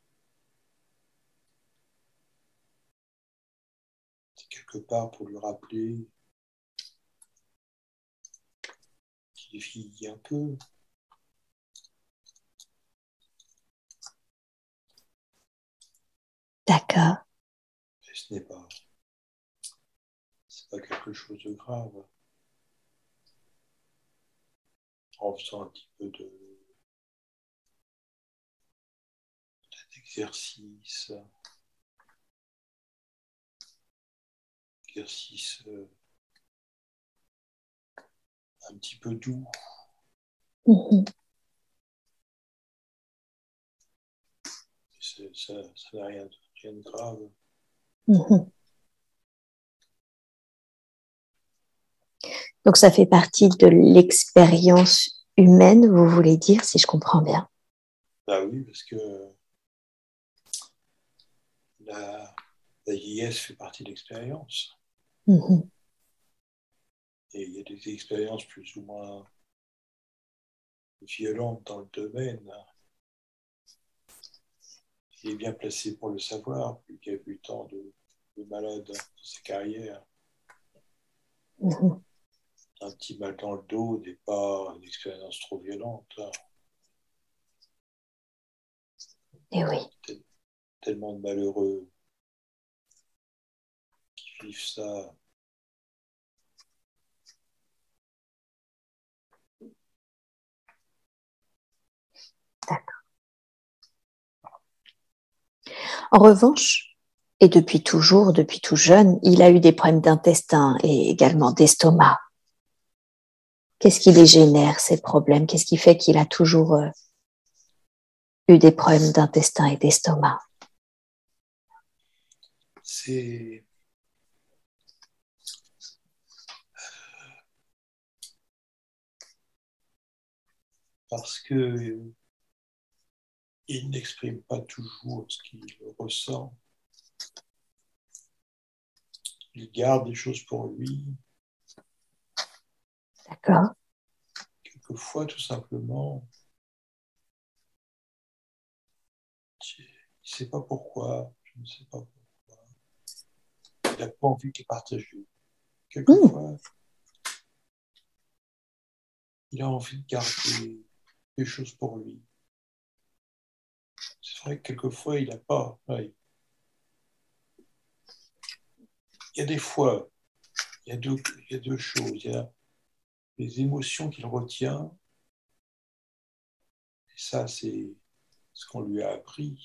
c'est quelque part pour lui rappeler qu'il vieillit un peu. D'accord. Mais ce n'est pas, c'est pas quelque chose de grave. En faisant un petit peu de, d'exercice, exercice euh, un petit peu doux. Mhm. C'est, ça, ça n'a rien, rien de grave. Mhm. Donc ça fait partie de l'expérience humaine, vous voulez dire, si je comprends bien. Bah oui, parce que la, la vieillesse fait partie de l'expérience. Mhm. Et il y a des expériences plus ou moins violentes dans le domaine. Il est bien placé pour le savoir, vu qu'il a eu tant de, de malades dans sa carrière. Mhm. Un petit mal dans le dos n'est pas une expérience trop violente. Et oui. Tel- Tellement de malheureux qui vivent ça. D'accord. En revanche, et depuis toujours, depuis tout jeune, il a eu des problèmes d'intestin et également d'estomac. Qu'est-ce qui les génère, ces problèmes? Qu'est-ce qui fait qu'il a toujours euh, eu des problèmes d'intestin et d'estomac? C'est parce que il n'exprime pas toujours ce qu'il ressent. Il garde des choses pour lui. D'accord. Quelquefois, tout simplement, il ne sait pas pourquoi. Je ne sais pas pourquoi. Il n'a pas envie de les partager. Mmh. Quelquefois, il a envie de garder des choses pour lui. C'est vrai que quelquefois, il n'a pas. Ouais. Il y a des fois, il y a deux, il y a deux choses. Il y a les émotions qu'il retient. Et ça, c'est ce qu'on lui a appris.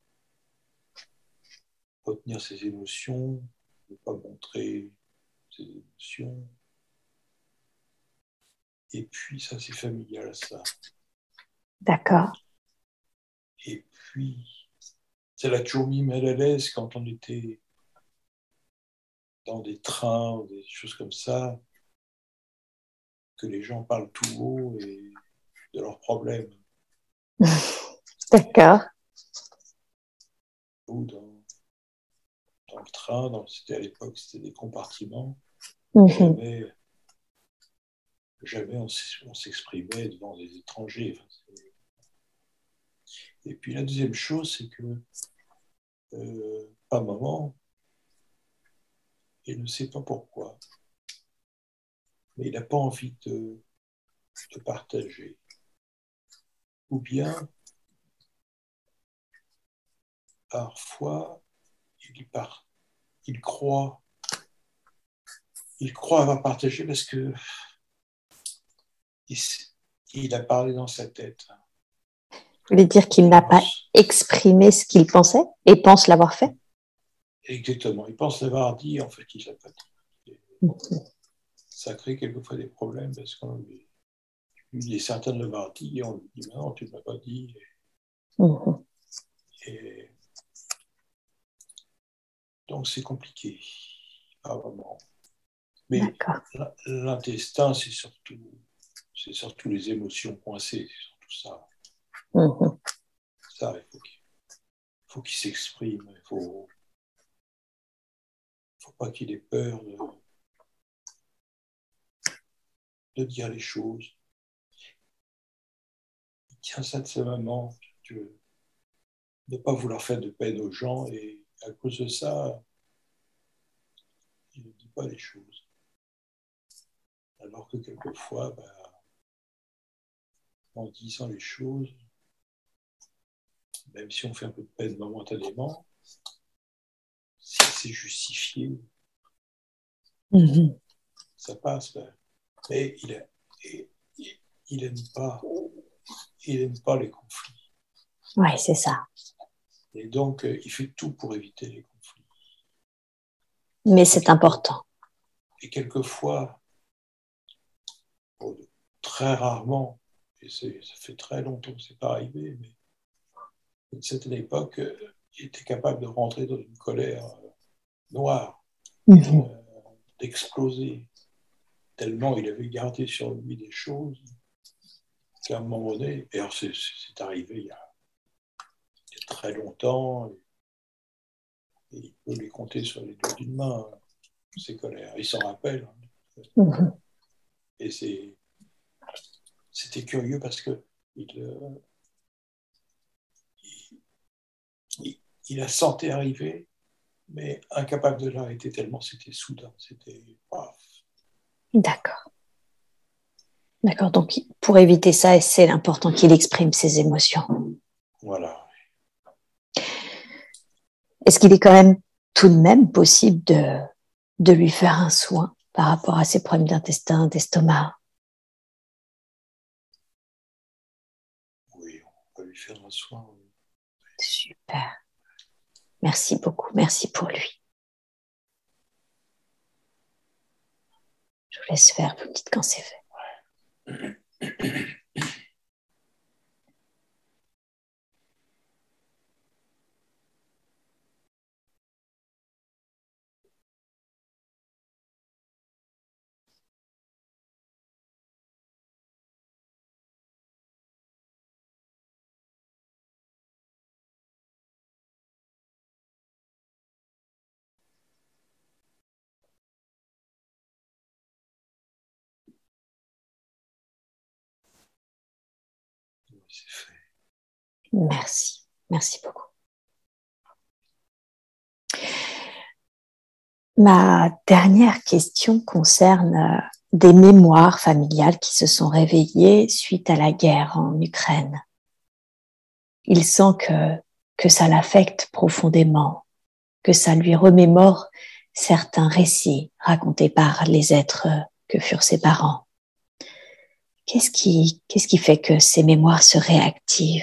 Retenir ses émotions, ne pas montrer ses émotions. Et puis, ça, c'est familial, ça. D'accord. Et puis, ça l'a toujours mis mal à l'aise quand on était dans des trains ou des choses comme ça, que les gens parlent tout haut et de leurs problèmes. D'accord. Ou dans, dans le train, dans, c'était à l'époque, c'était des compartiments. Mmh. Jamais, jamais on, on s'exprimait devant des étrangers. Enfin, et puis la deuxième chose, c'est que, euh, à un moment, il ne sait pas pourquoi, mais il n'a pas envie de, de partager. Ou bien, parfois, il, part, il croit, il croit avoir partagé parce que il, il a parlé dans sa tête. Vous voulez dire qu'il Il n'a pas pense, exprimé ce qu'il pensait et pense l'avoir fait? exactement, il pense l'avoir dit, en fait, il ne l'a pas dit. Mmh. Ça crée quelquefois des problèmes parce qu'on lui, lui il est certain de l'avoir dit et on lui dit, non, tu ne m'as pas dit. Mmh. Et donc, c'est compliqué, pas vraiment. Mais D'accord. l'intestin, c'est surtout, c'est surtout les émotions coincées, c'est surtout ça. Mmh. Ça, il faut qu'il, faut qu'il s'exprime, il ne faut, faut pas qu'il ait peur de, de dire les choses. Il tient ça de sa maman. de ne pas vouloir faire de peine aux gens, et à cause de ça, il ne dit pas les choses. Alors que quelquefois, ben, en disant les choses, même si on fait un peu de peine momentanément, si c'est justifié, Mhm. ça passe. Ben. Mais il a, il aime pas, il aime pas les conflits. Oui, c'est ça. Et donc, il fait tout pour éviter les conflits. Mais c'est et important. Et quelquefois, bon, très rarement, et c'est, ça fait très longtemps que c'est pas arrivé, mais à une certaine époque, il était capable de rentrer dans une colère noire, Mhm. euh, d'exploser, tellement il avait gardé sur lui des choses qu'à un moment donné, et alors c'est, c'est arrivé il y, a, il y a très longtemps, et, et il peut les compter sur les doigts d'une main, ces colères. Il s'en rappelle. Hein. Mhm. Et c'est, c'était curieux parce que il, euh, il, il, il la sentait arriver, mais incapable de l'arrêter tellement c'était soudain. C'était paf. D'accord. D'accord. Donc, pour éviter ça, c'est important qu'il exprime ses émotions. Voilà. Est-ce qu'il est quand même tout de même possible de, de lui faire un soin par rapport à ses problèmes d'intestin, d'estomac? Oui, on peut lui faire un soin. Oui. Super. Merci beaucoup. Merci pour lui. Je vous laisse faire. Vous me dites quand c'est fait. Oui, c'est fait. Merci. Merci beaucoup. Ma dernière question concerne des mémoires familiales qui se sont réveillées suite à la guerre en Ukraine. Il sent que, que ça l'affecte profondément, que ça lui remémore certains récits racontés par les êtres que furent ses parents. Qu'est-ce qui, qu'est-ce qui fait que ces mémoires se réactivent?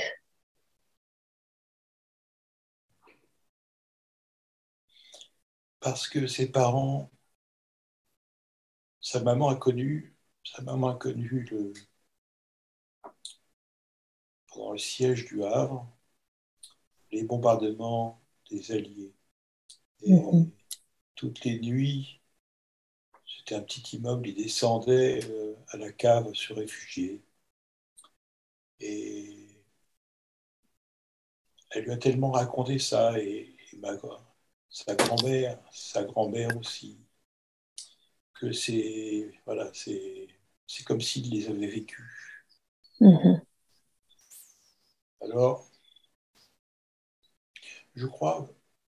Parce que ses parents, sa maman a connu, sa maman a connu le, pendant le siège du Havre, les bombardements des Alliés. Et Mm-hmm. toutes les nuits, c'était un petit immeuble, il descendait euh, à la cave se réfugier. Et elle lui a tellement raconté ça, et, et ma, sa grand-mère, sa grand-mère aussi, que c'est, voilà, c'est, c'est comme s'il les avait vécus. Mm-hmm. Alors, je crois,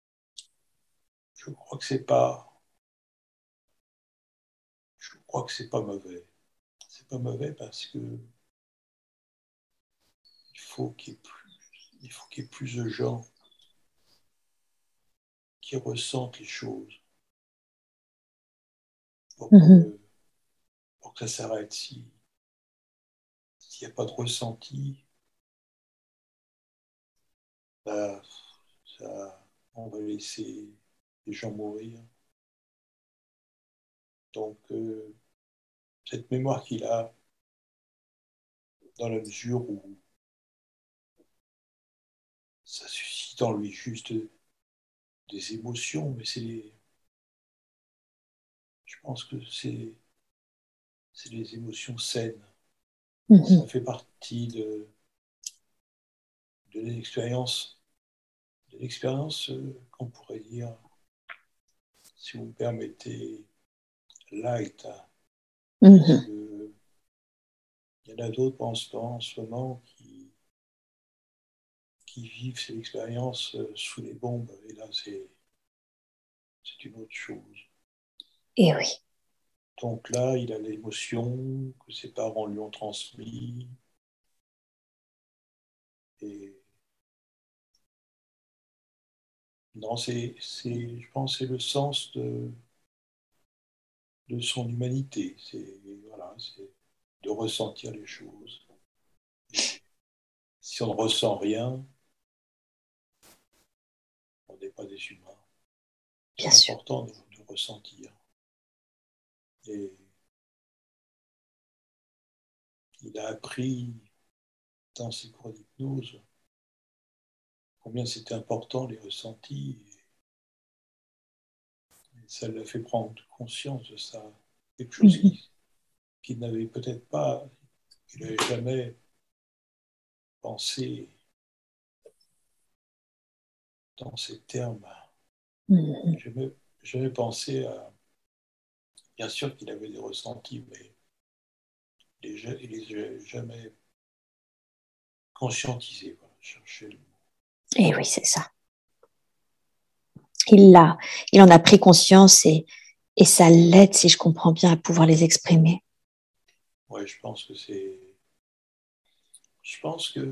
je crois que c'est pas, je crois que c'est pas mauvais. C'est pas mauvais parce que il faut qu'il y ait plus, il faut qu'il y ait plus de gens qui ressentent les choses pour Mm-hmm. que, pour que ça s'arrête. Si, s'il n'y a pas de ressenti, bah, ça, on va laisser les gens mourir. Donc, euh, cette mémoire qu'il a, dans la mesure où ça suscite en lui juste des émotions, mais c'est, je pense que c'est, c'est des émotions saines. Mm-hmm. Ça fait partie de, de l'expérience, de l'expérience euh, qu'on pourrait dire, si vous me permettez, light. Hein, parce Mm-hmm. que il y en a d'autres en ce, en ce moment qui, qui vivent ces expériences euh, sous les bombes, et là, c'est, c'est une autre chose. Et oui. Donc là, il a l'émotion que ses parents lui ont transmise. Et non, c'est, c'est, je pense que c'est le sens de, de son humanité. C'est, voilà, c'est de ressentir les choses. Et si on ne ressent rien, on n'est pas des humains. Bien C'est sûr. important de, de ressentir. Et il a appris dans ses cours d'hypnose combien c'était important les ressentis. Et ça l'a fait prendre conscience de ça. Quelque chose Mhm. qu'il qui n'avait peut-être pas, qu'il n'avait jamais pensé dans ces termes. Mhm. Jamais, jamais pensé à... Bien sûr qu'il avait des ressentis, mais il ne les a jamais conscientisés. Voilà, chercher le mot. Et oui, c'est ça. Il l'a, il en a pris conscience et, et ça l'aide, si je comprends bien, à pouvoir les exprimer. Ouais, je pense que c'est... Je pense que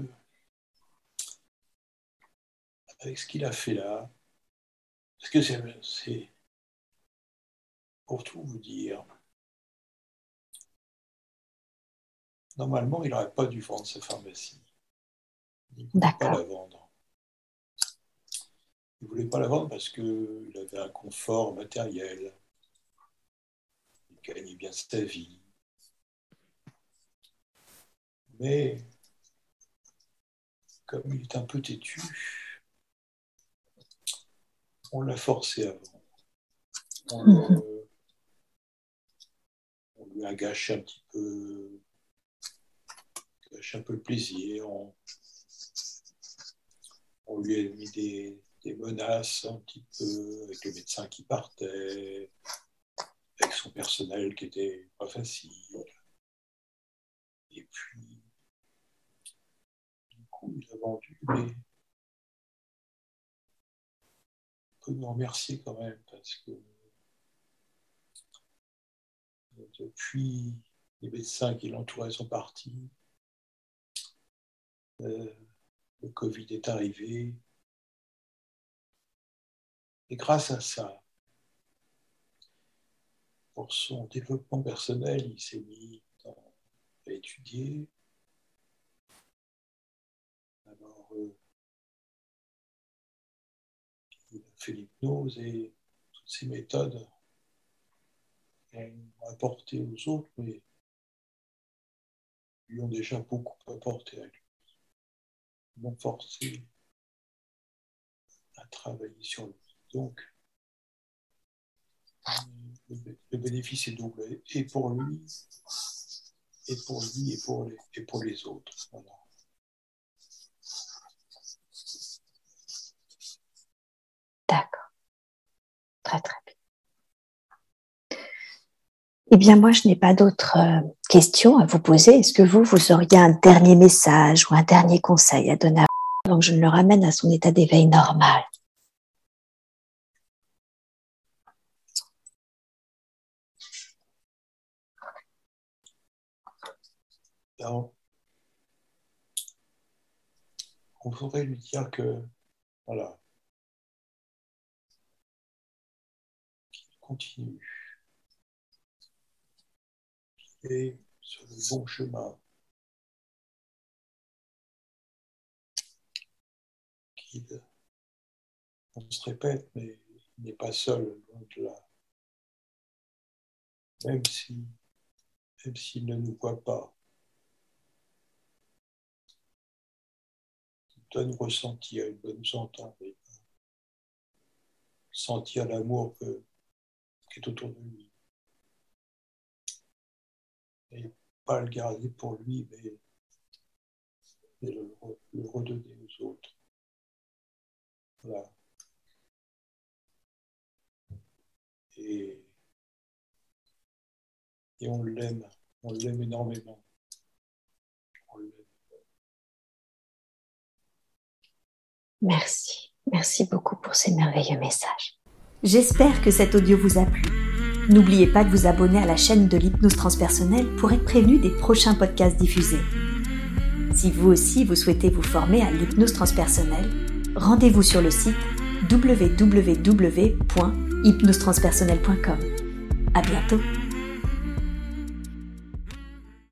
avec ce qu'il a fait là, parce que c'est, c'est pour tout vous dire, normalement, il n'aurait pas dû vendre sa pharmacie. Il ne voulait pas D'accord. la vendre. Il ne voulait pas la vendre parce qu'il avait un confort matériel. Il gagnait bien sa vie. Mais comme il est un peu têtu, on l'a forcé à vendre. On, Mhm. le, on lui a gâché un petit peu, gâché un peu le plaisir. On, on lui a mis des, des menaces un petit peu, avec le médecin qui partait, avec son personnel qui était pas facile. Et puis, du coup, il a vendu, mais on peut nous remercier quand même, parce que depuis, les médecins qui l'entouraient sont partis, euh, le Covid est arrivé, et grâce à ça, pour son développement personnel, il s'est mis dans, à étudier. Alors, euh, il a fait l'hypnose et toutes ces méthodes ont apporté aux autres, mais lui ont déjà beaucoup apporté à lui. Ils l'ont forcé à travailler sur lui. Donc, le bénéfice est doublé, et pour lui, et pour lui, et pour les, et pour les autres. Voilà. D'accord. Très, très bien. Eh bien, moi, je n'ai pas d'autres euh, questions à vous poser. Est-ce que vous, vous auriez un dernier message ou un dernier conseil à donner à avant que je ne le ramène à son état d'éveil normal? Alors, on voudrait lui dire que, voilà, qu'il continue, qu'il est sur le bon chemin, qu'il, on se répète, mais il n'est pas seul, loin de là. Même si, même s'il ne nous voit pas, il doit nous ressentir, il doit nous entendre, il doit sentir l'amour que, qui est autour de lui. Et pas le garder pour lui, mais, mais le, le redonner aux autres. Voilà. Et, et on l'aime, on l'aime énormément. On l'aime. Merci. Merci beaucoup pour ces merveilleux messages. J'espère que cet audio vous a plu. N'oubliez pas de vous abonner à la chaîne de l'hypnose transpersonnelle pour être prévenu des prochains podcasts diffusés. Si vous aussi vous souhaitez vous former à l'hypnose transpersonnelle, rendez-vous sur le site w w w point hypnose transpersonnelle point com. À bientôt.